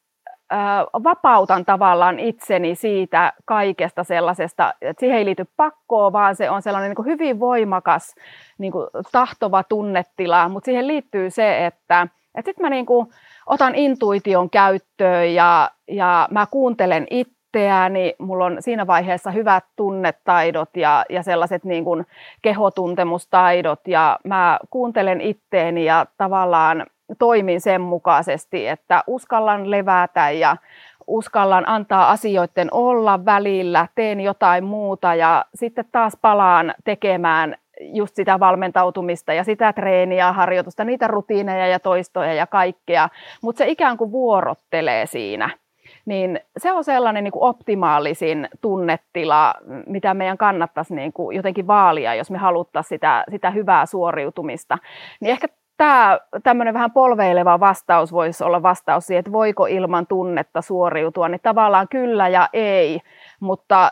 vapautan tavallaan itseni siitä kaikesta sellaisesta, että siihen ei liity pakkoa, vaan se on sellainen niin kuin hyvin voimakas niin kuin tahtova tunnetila, mutta siihen liittyy se, että sitten mä niin kuin otan intuition käyttöön ja mä kuuntelen itseäni, mulla on siinä vaiheessa hyvät tunnetaidot ja sellaiset niin kuin kehotuntemustaidot ja mä kuuntelen itteeni ja tavallaan toimin sen mukaisesti, että uskallan levätä ja uskallan antaa asioiden olla välillä, teen jotain muuta ja sitten taas palaan tekemään just sitä valmentautumista ja sitä treeniä, harjoitusta, niitä rutiineja ja toistoja ja kaikkea, mutta se ikään kuin vuorottelee siinä. Niin se on sellainen niin kuin optimaalisin tunnetila, mitä meidän kannattaisi niin kuin jotenkin vaalia, jos me haluttaisiin sitä hyvää suoriutumista. Niin ehkä tämä tämmöinen vähän polveileva vastaus voisi olla vastaus siihen, että voiko ilman tunnetta suoriutua, niin tavallaan kyllä ja ei, mutta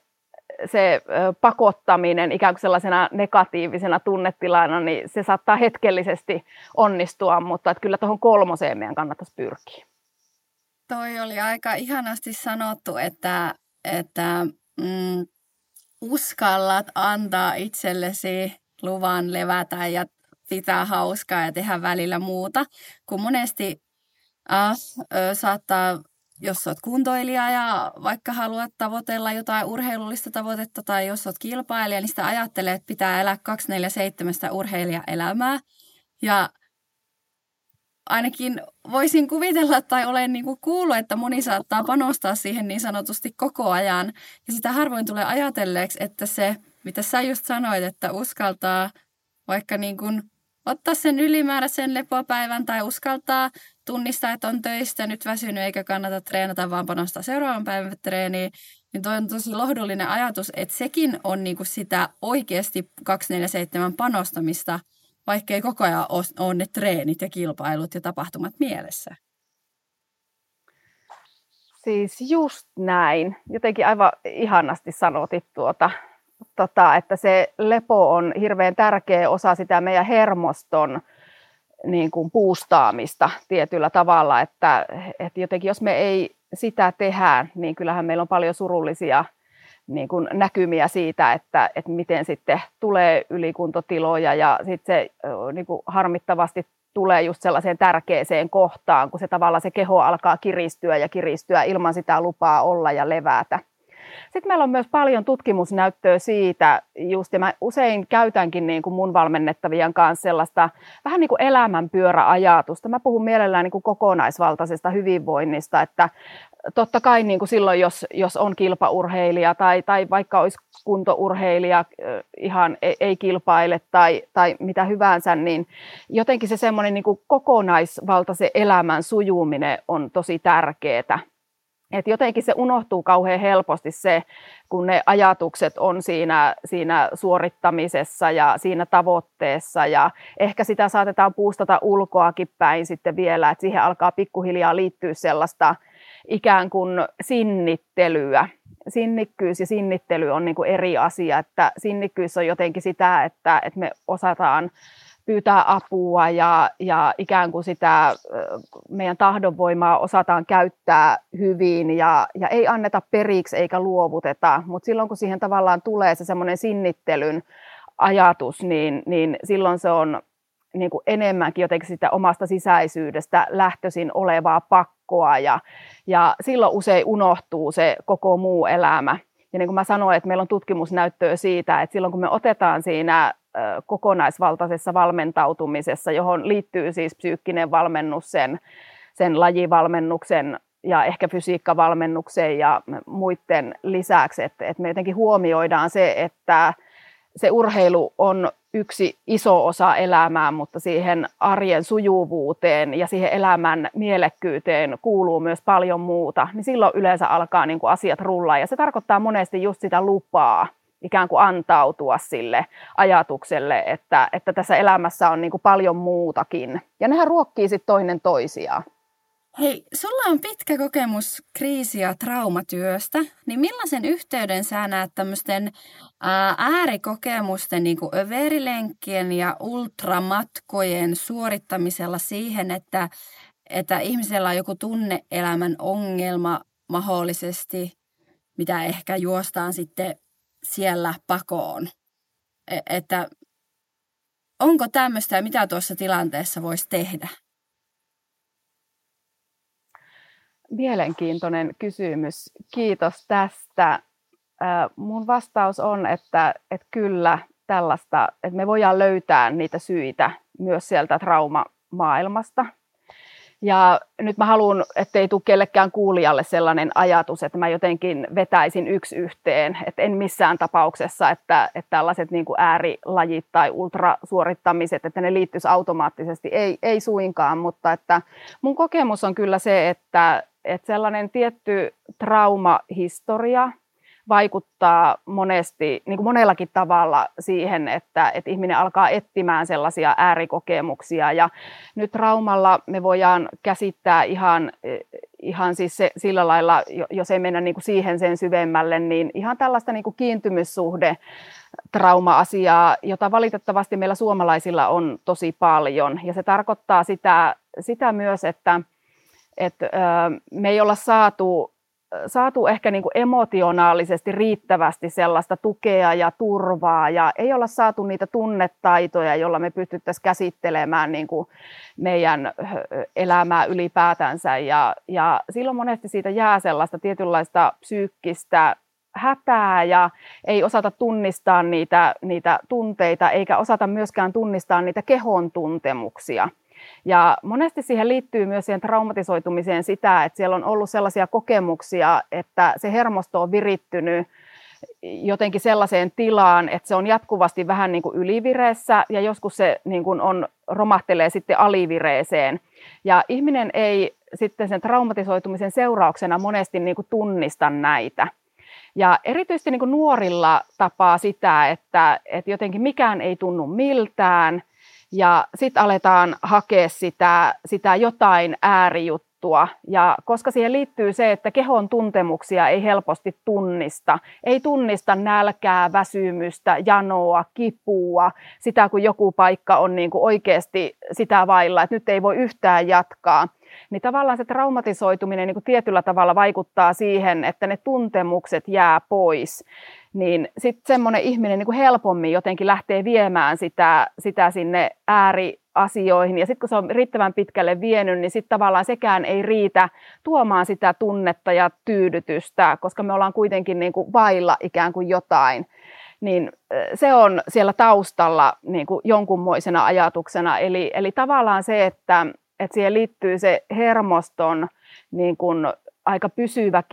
se pakottaminen ikään kuin sellaisena negatiivisena tunnetilana, niin se saattaa hetkellisesti onnistua, mutta että kyllä tuohon kolmoseen meidän kannattaisi pyrkiä. Toi oli aika ihanasti sanottu, että uskallat antaa itsellesi luvan levätä ja pitää hauskaa ja tehdä välillä muuta, kun monesti saattaa, jos olet kuntoilija ja vaikka haluat tavoitella jotain urheilullista tavoitetta tai jos olet kilpailija, niin sitä ajattelee, että pitää elää 24/7 urheilijaelämää. Ja ainakin voisin kuvitella tai olen niin kuin kuullut, että moni saattaa panostaa siihen niin sanotusti koko ajan. Ja sitä harvoin tulee ajatelleeksi, että se, mitä sä just sanoit, että uskaltaa vaikka niin kuin ottaa sen ylimääräisen lepopäivän tai uskaltaa tunnistaa, että on töistä nyt väsynyt eikä kannata treenata, vaan panostaa seuraavan päivän treeniin. Niin toi on tosi lohdullinen ajatus, että sekin on niinku sitä oikeasti 24/7 panostamista, vaikkei koko ajan ole ne treenit ja kilpailut ja tapahtumat mielessä. Siis just näin. Jotenkin aivan ihanasti sanotit että se lepo on hirveän tärkeä osa sitä meidän hermoston niin kuin boostaamista tietyllä tavalla, että jotenkin jos me ei sitä tehdä, niin kyllähän meillä on paljon surullisia niin kuin näkymiä siitä, että miten sitten tulee ylikuntotiloja ja sitten se niin kuin harmittavasti tulee just sellaiseen tärkeäseen kohtaan, kun se tavallaan se keho alkaa kiristyä ilman sitä lupaa olla ja levätä. Sitten meillä on myös paljon tutkimusnäyttöä siitä, just, ja mä usein käytänkin niin kuin mun valmennettavien kanssa sellaista vähän niin kuin elämänpyöräajatusta. Mä puhun mielellään niin kuin kokonaisvaltaisesta hyvinvoinnista, että totta kai niin kuin silloin, jos on kilpaurheilija tai vaikka olisi kuntourheilija, ihan ei kilpaile tai mitä hyvänsä, niin jotenkin se semmoinen niin kuin kokonaisvaltaisen elämän sujuminen on tosi tärkeää. Et jotenkin se unohtuu kauhean helposti se, kun ne ajatukset on siinä suorittamisessa ja siinä tavoitteessa. Ja ehkä sitä saatetaan puustata ulkoakin päin sitten vielä, että siihen alkaa pikkuhiljaa liittyä sellaista ikään kuin sinnittelyä. Sinnikkyys ja sinnittely on niin kuin eri asia. Että sinnikkyys on jotenkin sitä, että me osataan pyytää apua ja ikään kuin sitä meidän tahdonvoimaa osataan käyttää hyvin ja ei anneta periksi eikä luovuteta, mutta silloin kun siihen tavallaan tulee se semmoinen sinnittelyn ajatus, niin silloin se on niin kuin enemmänkin jotenkin sitä omasta sisäisyydestä lähtöisin olevaa pakkoa ja silloin usein unohtuu se koko muu elämä. Ja niin kuin mä sanoin, että meillä on tutkimusnäyttöä siitä, että silloin kun me otetaan siinä kokonaisvaltaisessa valmentautumisessa, johon liittyy siis psyykkinen valmennus, sen lajivalmennuksen ja ehkä fysiikkavalmennuksen ja muiden lisäksi, että me jotenkin huomioidaan se, että se urheilu on yksi iso osa elämää, mutta siihen arjen sujuvuuteen ja siihen elämän mielekkyyteen kuuluu myös paljon muuta, niin silloin yleensä alkaa niin kuin asiat rullaa. Ja se tarkoittaa monesti just sitä lupaa, ikään kuin antautua sille ajatukselle, että tässä elämässä on niin kuin paljon muutakin. Ja nehän ruokkii sitten toinen toisiaan. Hei, sulla on pitkä kokemus kriisi- ja traumatyöstä, niin millaisen yhteyden sä näet tämmöisten äärikokemusten, niin kuin överilenkkien ja ultramatkojen suorittamisella siihen, että ihmisellä on joku tunne-elämän ongelma mahdollisesti, mitä ehkä juostaan sitten siellä pakoon? Että onko tämmöistä ja mitä tuossa tilanteessa voisi tehdä? Mielenkiintoinen kysymys. Kiitos tästä. Mun vastaus on, että kyllä tällaista, että me voidaan löytää niitä syitä myös sieltä traumamaailmasta. Ja nyt mä haluan, ettei tule kellekään kuulijalle sellainen ajatus, että mä jotenkin vetäisin yksi yhteen. Että en missään tapauksessa, että tällaiset niin kuin äärilajit tai ultrasuorittamiset, että ne liittyisi automaattisesti. Ei suinkaan, mutta että mun kokemus on kyllä se, että sellainen tietty traumahistoria vaikuttaa monesti, niin kuin monellakin tavalla siihen, että ihminen alkaa etsimään sellaisia äärikokemuksia. Ja nyt traumalla me voidaan käsittää ihan siis sillä lailla, jos ei mennä niin kuin siihen sen syvemmälle, niin ihan tällaista niin kuin kiintymyssuhde trauma-asiaa, jota valitettavasti meillä suomalaisilla on tosi paljon. Ja se tarkoittaa sitä myös, että me ei olla saatu ehkä niin kuin emotionaalisesti riittävästi sellaista tukea ja turvaa ja ei olla saatu niitä tunnetaitoja, joilla me pystyttäisiin käsittelemään niin kuin meidän elämää ylipäätänsä ja silloin monesti siitä jää sellaista tietynlaista psyykkistä hätää ja ei osata tunnistaa niitä tunteita eikä osata myöskään tunnistaa niitä kehon tuntemuksia. Ja monesti siihen liittyy myös siihen traumatisoitumiseen sitä, että siellä on ollut sellaisia kokemuksia, että se hermosto on virittynyt jotenkin sellaiseen tilaan, että se on jatkuvasti vähän niin kuin ylivireessä ja joskus se niin kuin romahtelee sitten alivireeseen. Ja ihminen ei sitten sen traumatisoitumisen seurauksena monesti niin kuin tunnista näitä. Ja erityisesti niin kuin nuorilla tapaa sitä, että jotenkin mikään ei tunnu miltään. Ja sitten aletaan hakea sitä jotain äärijuttua. Ja koska siihen liittyy se, että kehon tuntemuksia ei helposti tunnista. Ei tunnista nälkää, väsymystä, janoa, kipua. Sitä, kun joku paikka on niin kuin oikeasti sitä vailla, että nyt ei voi yhtään jatkaa. Niin tavallaan se traumatisoituminen niin kuin tietyllä tavalla vaikuttaa siihen, että ne tuntemukset jää pois. Niin sitten semmoinen ihminen niin kuin helpommin jotenkin lähtee viemään sitä sinne ääriasioihin. Ja sitten kun se on riittävän pitkälle vienyt, niin sitten tavallaan sekään ei riitä tuomaan sitä tunnetta ja tyydytystä, koska me ollaan kuitenkin niin kuin vailla ikään kuin jotain. Niin se on siellä taustalla niin kuin jonkunmoisena ajatuksena. Eli tavallaan se, että siihen liittyy se hermoston niin kuin aika pysyväkin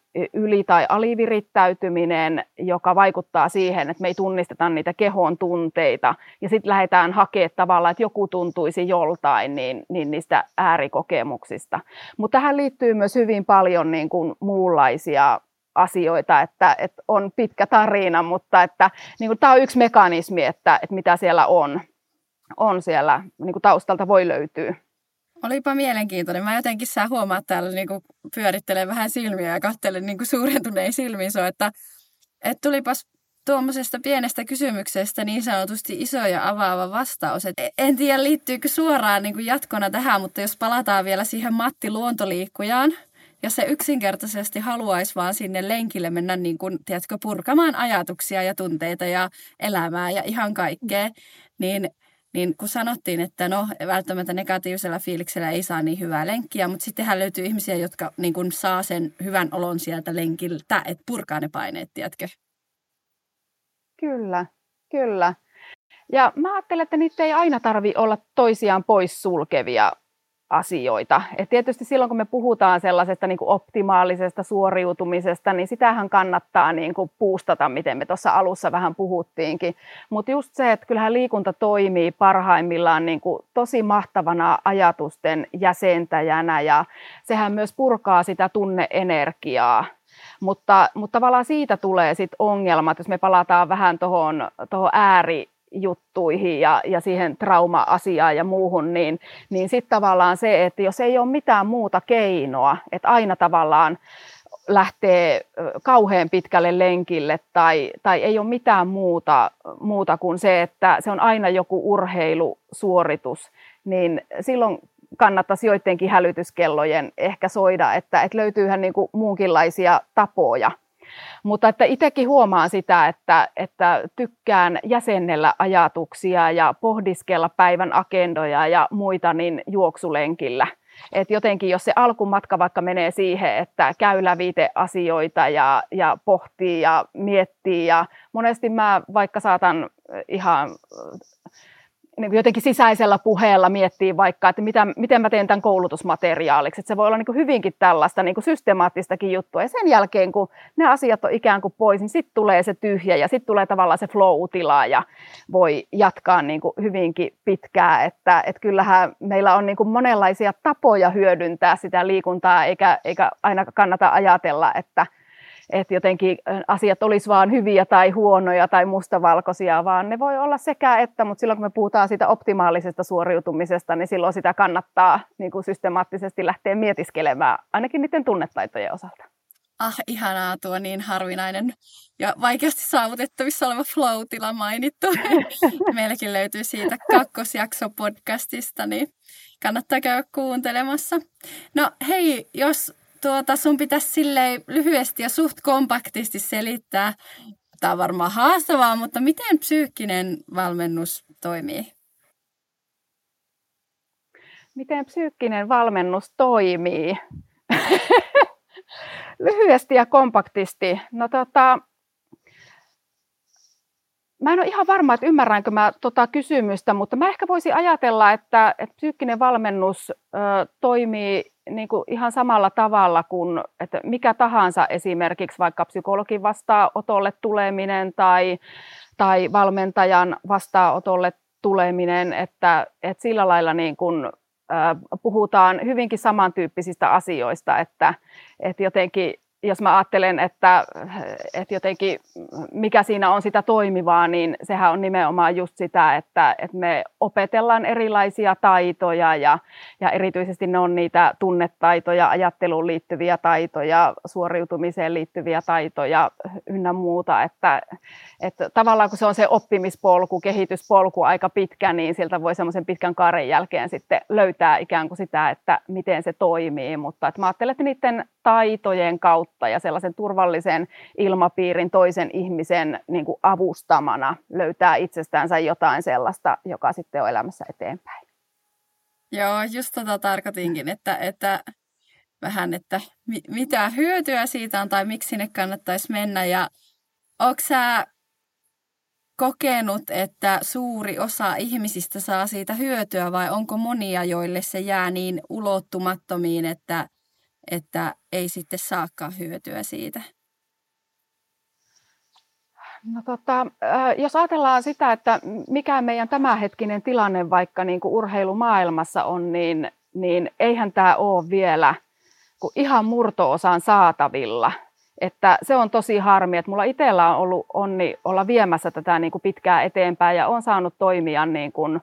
yli- tai alivirittäytyminen, joka vaikuttaa siihen, että me ei tunnisteta niitä kehon tunteita. Ja sitten lähdetään hakemaan tavallaan, että joku tuntuisi joltain niin niistä äärikokemuksista. Mutta tähän liittyy myös hyvin paljon niin kuin muunlaisia asioita, että on pitkä tarina, mutta että niin tämä on yksi mekanismi, että mitä siellä on siellä niin kuin taustalta voi löytyä. Olipa mielenkiintoinen. Mä jotenkin sä huomaat täällä niin kuin pyörittelen vähän silmiä ja katselen niin kuin suurentunein silmiin että tulipas tuommoisesta pienestä kysymyksestä niin sanotusti iso ja avaava vastaus. En tiedä liittyykö suoraan niin kuin jatkona tähän, mutta jos palataan vielä siihen Matti luontoliikkujaan, ja se yksinkertaisesti haluaisi vaan sinne lenkille mennä niin kuin, tiedätkö, purkamaan ajatuksia ja tunteita ja elämää ja ihan kaikkea, niin kun sanottiin, että no välttämättä negatiivisella fiiliksellä ei saa niin hyvää lenkkiä, mutta sittenhän löytyy ihmisiä, jotka niin kun saa sen hyvän olon sieltä lenkiltä, että purkaa ne paineet, tiedätkö? Kyllä, kyllä. Ja mä ajattelen, että niitä ei aina tarvitse olla toisiaan poissulkevia asioita. Et tietysti silloin, kun me puhutaan sellaisesta niin kuin optimaalisesta suoriutumisesta, niin sitähän kannattaa niin kuin boostata, miten me tuossa alussa vähän puhuttiinkin. Mutta just se, että kyllähän liikunta toimii parhaimmillaan niin kuin tosi mahtavana ajatusten jäsentäjänä ja sehän myös purkaa sitä tunneenergiaa. Mutta tavallaan siitä tulee sitten ongelmat, jos me palataan vähän tuohon äärijuttuihin ja siihen trauma-asiaan ja muuhun, niin sitten tavallaan se, että jos ei ole mitään muuta keinoa, että aina tavallaan lähtee kauhean pitkälle lenkille tai ei ole mitään muuta kuin se, että se on aina joku urheilusuoritus, niin silloin kannattaisi joidenkin hälytyskellojen ehkä soida, että löytyyhän niin kuin muunkinlaisia tapoja. Mutta että itsekin huomaan sitä, että tykkään jäsennellä ajatuksia ja pohdiskella päivän agendoja ja muita niin juoksulenkillä. Et jotenkin jos se alkumatka vaikka menee siihen, että käy lävitse asioita ja pohtii ja miettii ja monesti mä vaikka saatan ihan niin jotenkin sisäisellä puheella miettiä vaikka, että miten mä teen tämän koulutusmateriaaliksi. Että se voi olla niin hyvinkin tällaista niin systemaattistakin juttua. Ja sen jälkeen, kun ne asiat on ikään kuin pois, niin sitten tulee se tyhjä ja sitten tulee tavallaan se flow-tila ja voi jatkaa niin hyvinkin pitkään. Että kyllähän meillä on niin monenlaisia tapoja hyödyntää sitä liikuntaa, eikä aina kannata ajatella, että jotenkin asiat olisi vaan hyviä tai huonoja tai mustavalkoisia, vaan ne voi olla sekä että, mutta silloin kun me puhutaan siitä optimaalisesta suoriutumisesta, niin silloin sitä kannattaa niin kuin systemaattisesti lähteä mietiskelemään, ainakin niiden tunnetaitojen osalta. Ihanaa tuo niin harvinainen ja vaikeasti saavutettavissa oleva flow-tila mainittu. Meilläkin löytyy siitä kakkosjakso podcastista, niin kannattaa käydä kuuntelemassa. No hei, jos sun pitäisi silleen lyhyesti ja suht kompaktisti selittää, tämä on varmaan haastavaa, mutta miten psyykkinen valmennus toimii? Miten psyykkinen valmennus toimii? Lyhyesti ja kompaktisti. No mä en ole ihan varma, että ymmärränkö mä kysymystä, mutta mä ehkä voisin ajatella, että psyykkinen valmennus toimii niin kuin ihan samalla tavalla kuin että mikä tahansa esimerkiksi vaikka psykologin vastaanotolle tuleminen tai valmentajan vastaanotolle tuleminen, että sillä lailla niin kuin, puhutaan hyvinkin samantyyppisistä asioista, että jotenkin jos mä ajattelen, että jotenkin mikä siinä on sitä toimivaa, niin sehän on nimenomaan just sitä, että me opetellaan erilaisia taitoja ja erityisesti ne on niitä tunnetaitoja, ajatteluun liittyviä taitoja, suoriutumiseen liittyviä taitoja ynnä muuta, että tavallaan kun se on se oppimispolku, kehityspolku aika pitkä, niin sieltä voi semmoisen pitkän kaaren jälkeen sitten löytää ikään kuin sitä, että miten se toimii, mutta että mä ajattelen, että niiden taitojen kautta ja sellaisen turvallisen ilmapiirin toisen ihmisen niin kuin avustamana löytää itsestäänsä jotain sellaista, joka sitten on elämässä eteenpäin. Joo, just tarkoitinkin, että vähän, että mitä hyötyä siitä on tai miksi sinne kannattaisi mennä. Ja ootko sä kokenut, että suuri osa ihmisistä saa siitä hyötyä vai onko monia, joille se jää niin ulottumattomiin, että että ei sitten saakaan hyötyä siitä? No jos ajatellaan sitä, että mikä meidän tämänhetkinen tilanne vaikka niin kuin urheilumaailmassa on, niin eihän tämä ole vielä kuin ihan murto-osan saatavilla. Että se on tosi harmi, että mulla itsellä on ollut onni olla viemässä tätä niin kuin pitkään eteenpäin ja olen saanut toimia niin kuin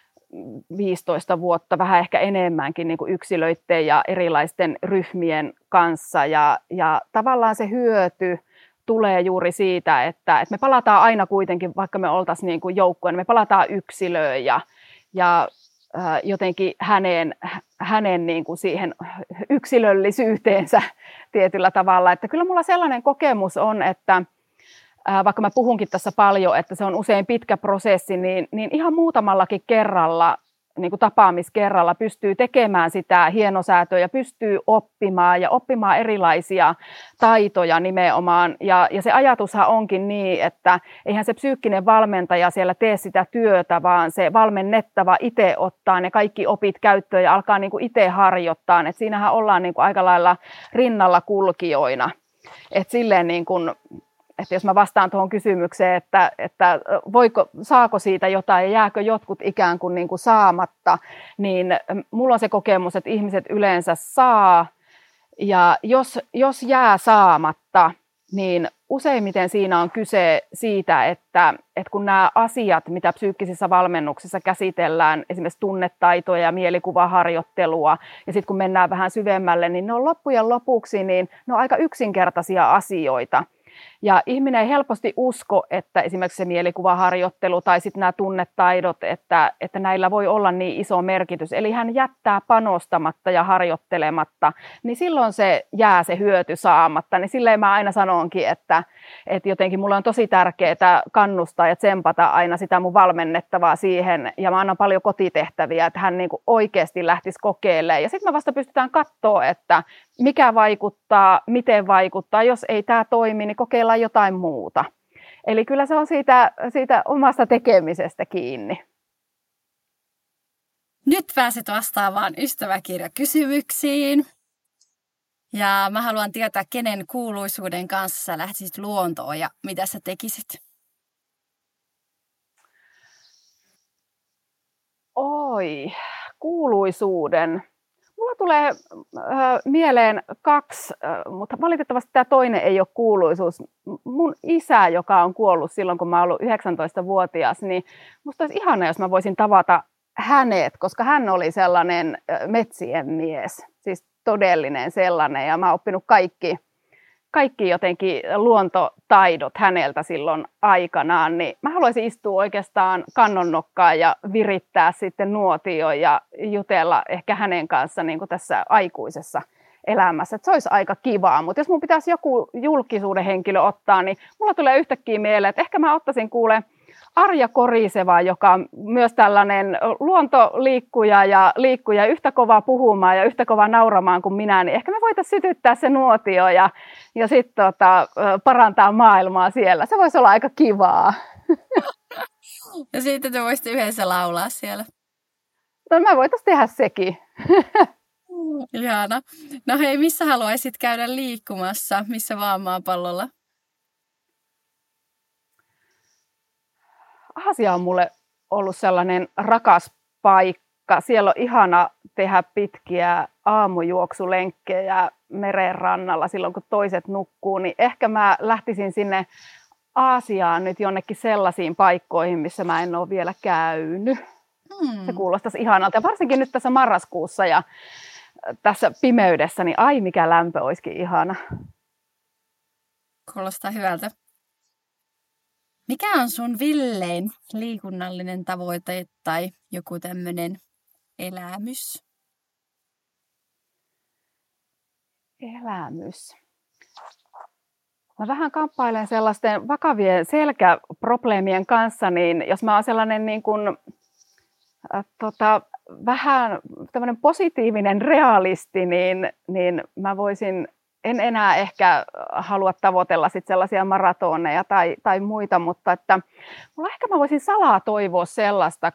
15 vuotta, vähän ehkä enemmänkin niin kuin yksilöiden ja erilaisten ryhmien kanssa ja tavallaan se hyöty tulee juuri siitä, että me palataan aina kuitenkin, vaikka me oltaisiin niin kuin joukkueen, me palataan yksilöön ja jotenkin hänen niin kuin siihen yksilöllisyyteensä tietyllä tavalla. Että kyllä mulla sellainen kokemus on, että vaikka mä puhunkin tässä paljon, että se on usein pitkä prosessi, niin ihan muutamallakin kerralla, niin kuin tapaamiskerralla pystyy tekemään sitä hienosäätöä ja pystyy oppimaan erilaisia taitoja nimenomaan. Ja se ajatushan onkin niin, että eihän se psyykkinen valmentaja siellä tee sitä työtä, vaan se valmennettava itse ottaa ne kaikki opit käyttöön ja alkaa niin kuin itse harjoittaa. Et siinähän ollaan niin kuin aika lailla rinnalla kulkijoina. Et silleen niin kuin, että jos mä vastaan tuohon kysymykseen, että saako siitä jotain ja jääkö jotkut ikään kuin, saamatta, niin mulla on se kokemus, että ihmiset yleensä saa. Ja jos jää saamatta, niin useimmiten siinä on kyse siitä, että kun nämä asiat, mitä psyykkisissä valmennuksissa käsitellään, esimerkiksi tunnetaitoja ja mielikuvaharjoittelua, ja sitten kun mennään vähän syvemmälle, niin ne on loppujen lopuksi niin ne on aika yksinkertaisia asioita. Ja ihminen ei helposti usko, että esimerkiksi se mielikuvaharjoittelu tai sitten nämä tunnetaidot, että näillä voi olla niin iso merkitys. Eli hän jättää panostamatta ja harjoittelematta, niin silloin se jää se hyöty saamatta. Niin silleen mä aina sanonkin, että jotenkin mulla on tosi tärkeää kannustaa ja tsempata aina sitä mun valmennettavaa siihen. Ja mä annan paljon kotitehtäviä, että hän niin kuin oikeasti lähtisi kokeilemaan. Ja sitten me vasta pystytään katsoa, että mikä vaikuttaa, miten vaikuttaa. Jos ei tämä toimi, niin kokeillaan jotain muuta. Eli kyllä se on siitä omasta tekemisestä kiinni. Nyt pääset vastaamaan ystäväkirjakysymyksiin. Ja mä haluan tietää, kenen kuuluisuuden kanssa sä lähtisit luontoon ja mitä sä tekisit? Oi, kuuluisuuden. Mulla tulee mieleen kaksi, mutta valitettavasti tämä toinen ei ole kuuluisuus. Mun isä, joka on kuollut silloin, kun mä olin 19-vuotias, niin musta olisi ihana, jos mä voisin tavata hänet, koska hän oli sellainen metsien mies, siis todellinen sellainen. Ja mä oon oppinut kaikki jotenkin luontotaidot häneltä silloin aikanaan, niin mä haluaisin istua oikeastaan kannonnokkaan ja virittää sitten nuotioon ja jutella ehkä hänen kanssa niin kuin tässä aikuisessa elämässä. Että se olisi aika kivaa, mutta jos mun pitäisi joku julkisuuden henkilö ottaa, niin mulla tulee yhtäkkiä mieleen, että ehkä mä ottaisin Arja Koriseva, joka on myös tällainen luontoliikkuja ja liikkuja yhtä kovaa puhumaan ja yhtä kovaa nauramaan kuin minä, niin ehkä me voitaisiin sytyttää se nuotio ja sitten parantaa maailmaa siellä. Se voisi olla aika kivaa. Ja sitten te voisitte yhdessä laulaa siellä. No me voitaisiin tehdä sekin. Ihana. No hei, missä haluaisit käydä liikkumassa? Missä vaan maapallolla? Aasia on mulle ollut sellainen rakas paikka. Siellä on ihana tehdä pitkiä aamujuoksulenkkejä meren rannalla silloin, kun toiset nukkuu. Niin ehkä mä lähtisin sinne Aasiaan nyt jonnekin sellaisiin paikkoihin, missä mä en ole vielä käynyt. Se kuulostaisi ihanalta. Ja varsinkin nyt tässä marraskuussa ja tässä pimeydessä, niin ai mikä lämpö olisikin ihana. Kuulostaa hyvältä. Mikä on sun villein liikunnallinen tavoite tai joku tämmöinen elämys? Elämys. Mä vähän kamppailen sellaisten vakavien selkäprobleemien kanssa, niin jos mä oon sellainen niin kuin, vähän tämmöinen positiivinen realisti, niin mä en enää ehkä halua tavoitella sit sellaisia maratoneja tai muita, mutta että mä voisin salaa toivoa sellaista,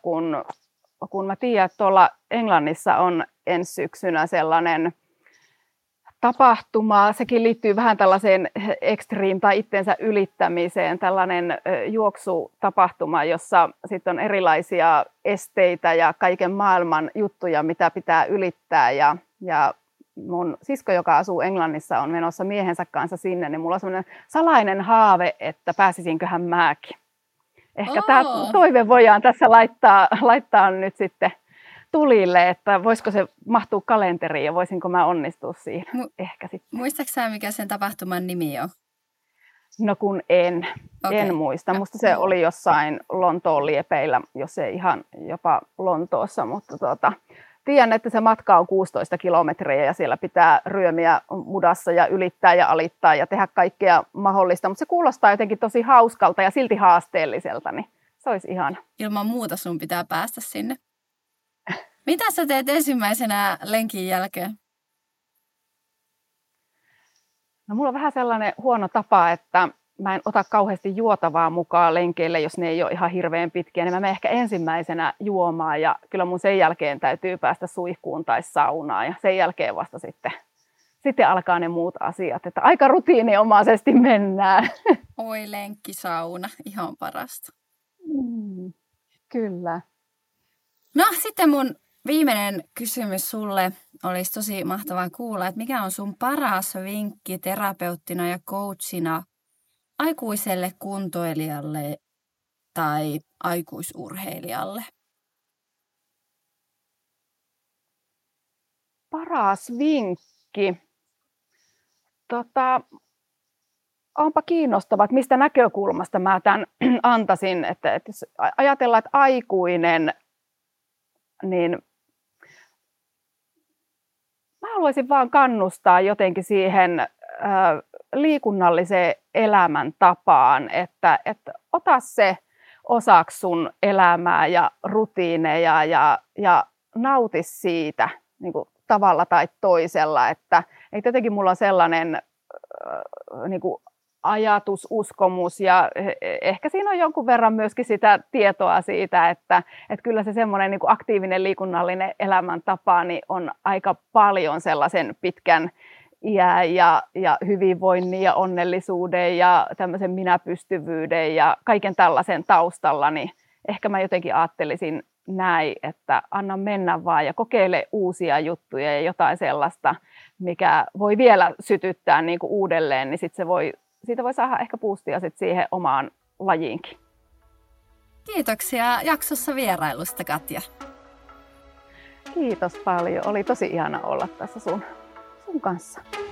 kun mä tiedän, että tuolla Englannissa on ensi syksynä sellainen tapahtuma. Sekin liittyy vähän tällaiseen extreme tai itsensä ylittämiseen. Tällainen juoksutapahtuma, jossa sitten on erilaisia esteitä ja kaiken maailman juttuja, mitä pitää ylittää. Ja mun sisko, joka asuu Englannissa, on menossa miehensä kanssa sinne, niin mulla on sellainen salainen haave, että pääsisinköhän mäkin. Ehkä tämä toive voidaan tässä laittaa nyt sitten tulille, että voisiko se mahtua kalenteriin ja voisinko mä onnistua siihen ehkä sitten. Muistatko sä, mikä sen tapahtuman nimi on? No kun en muista. Musta se oli jossain Lontoon liepeillä, jos ei ihan jopa Lontoossa, mutta tiedän, että se matka on 16 kilometriä ja siellä pitää ryömiä mudassa ja ylittää ja alittaa ja tehdä kaikkea mahdollista, mutta se kuulostaa jotenkin tosi hauskalta ja silti haasteelliselta, niin se olisi ihana. Ilman muuta sun pitää päästä sinne. Mitä sä teet ensimmäisenä lenkin jälkeen? No mulla on vähän sellainen huono tapa, että mä en ota kauheasti juotavaa mukaan lenkeille, jos ne ei ole ihan hirveän pitkiä. Niin mä menen ehkä ensimmäisenä juomaan ja kyllä mun sen jälkeen täytyy päästä suihkuun tai saunaan. Ja sen jälkeen vasta sitten alkaa ne muut asiat. Että aika rutiininomaisesti mennään. Oi lenkkisauna, ihan parasta. Kyllä. No sitten mun viimeinen kysymys sulle olisi tosi mahtavaa kuulla, että mikä on sun paras vinkki terapeuttina ja coachina aikuiselle kuntoilijalle tai aikuisurheilijalle? Paras vinkki. Onpa kiinnostavaa, että mistä näkökulmasta mä tämän antaisin. Että jos ajatellaan, että aikuinen, niin mä haluaisin vaan kannustaa jotenkin siihen liikunnalliseen elämäntapaan, että ota se osaksi sun elämää ja rutiineja ja nauti siitä niin kuin tavalla tai toisella. Että jotenkin mulla on sellainen niin kuin ajatus, uskomus ja ehkä siinä on jonkun verran myöskin sitä tietoa siitä, että kyllä se semmoinen niin kuin aktiivinen liikunnallinen elämäntapa niin on aika paljon sellaisen pitkän iän ja hyvinvoinnin ja onnellisuuden ja tämmöisen minäpystyvyyden ja kaiken tällaisen taustalla, niin ehkä mä jotenkin ajattelisin näin, että anna mennä vaan ja kokeile uusia juttuja ja jotain sellaista, mikä voi vielä sytyttää niin kuin uudelleen, niin siitä voi saada ehkä boostia sit siihen omaan lajiinkin. Kiitoksia jaksossa vierailusta, Katja. Kiitos paljon. Oli tosi ihana olla tässä sun kanssa.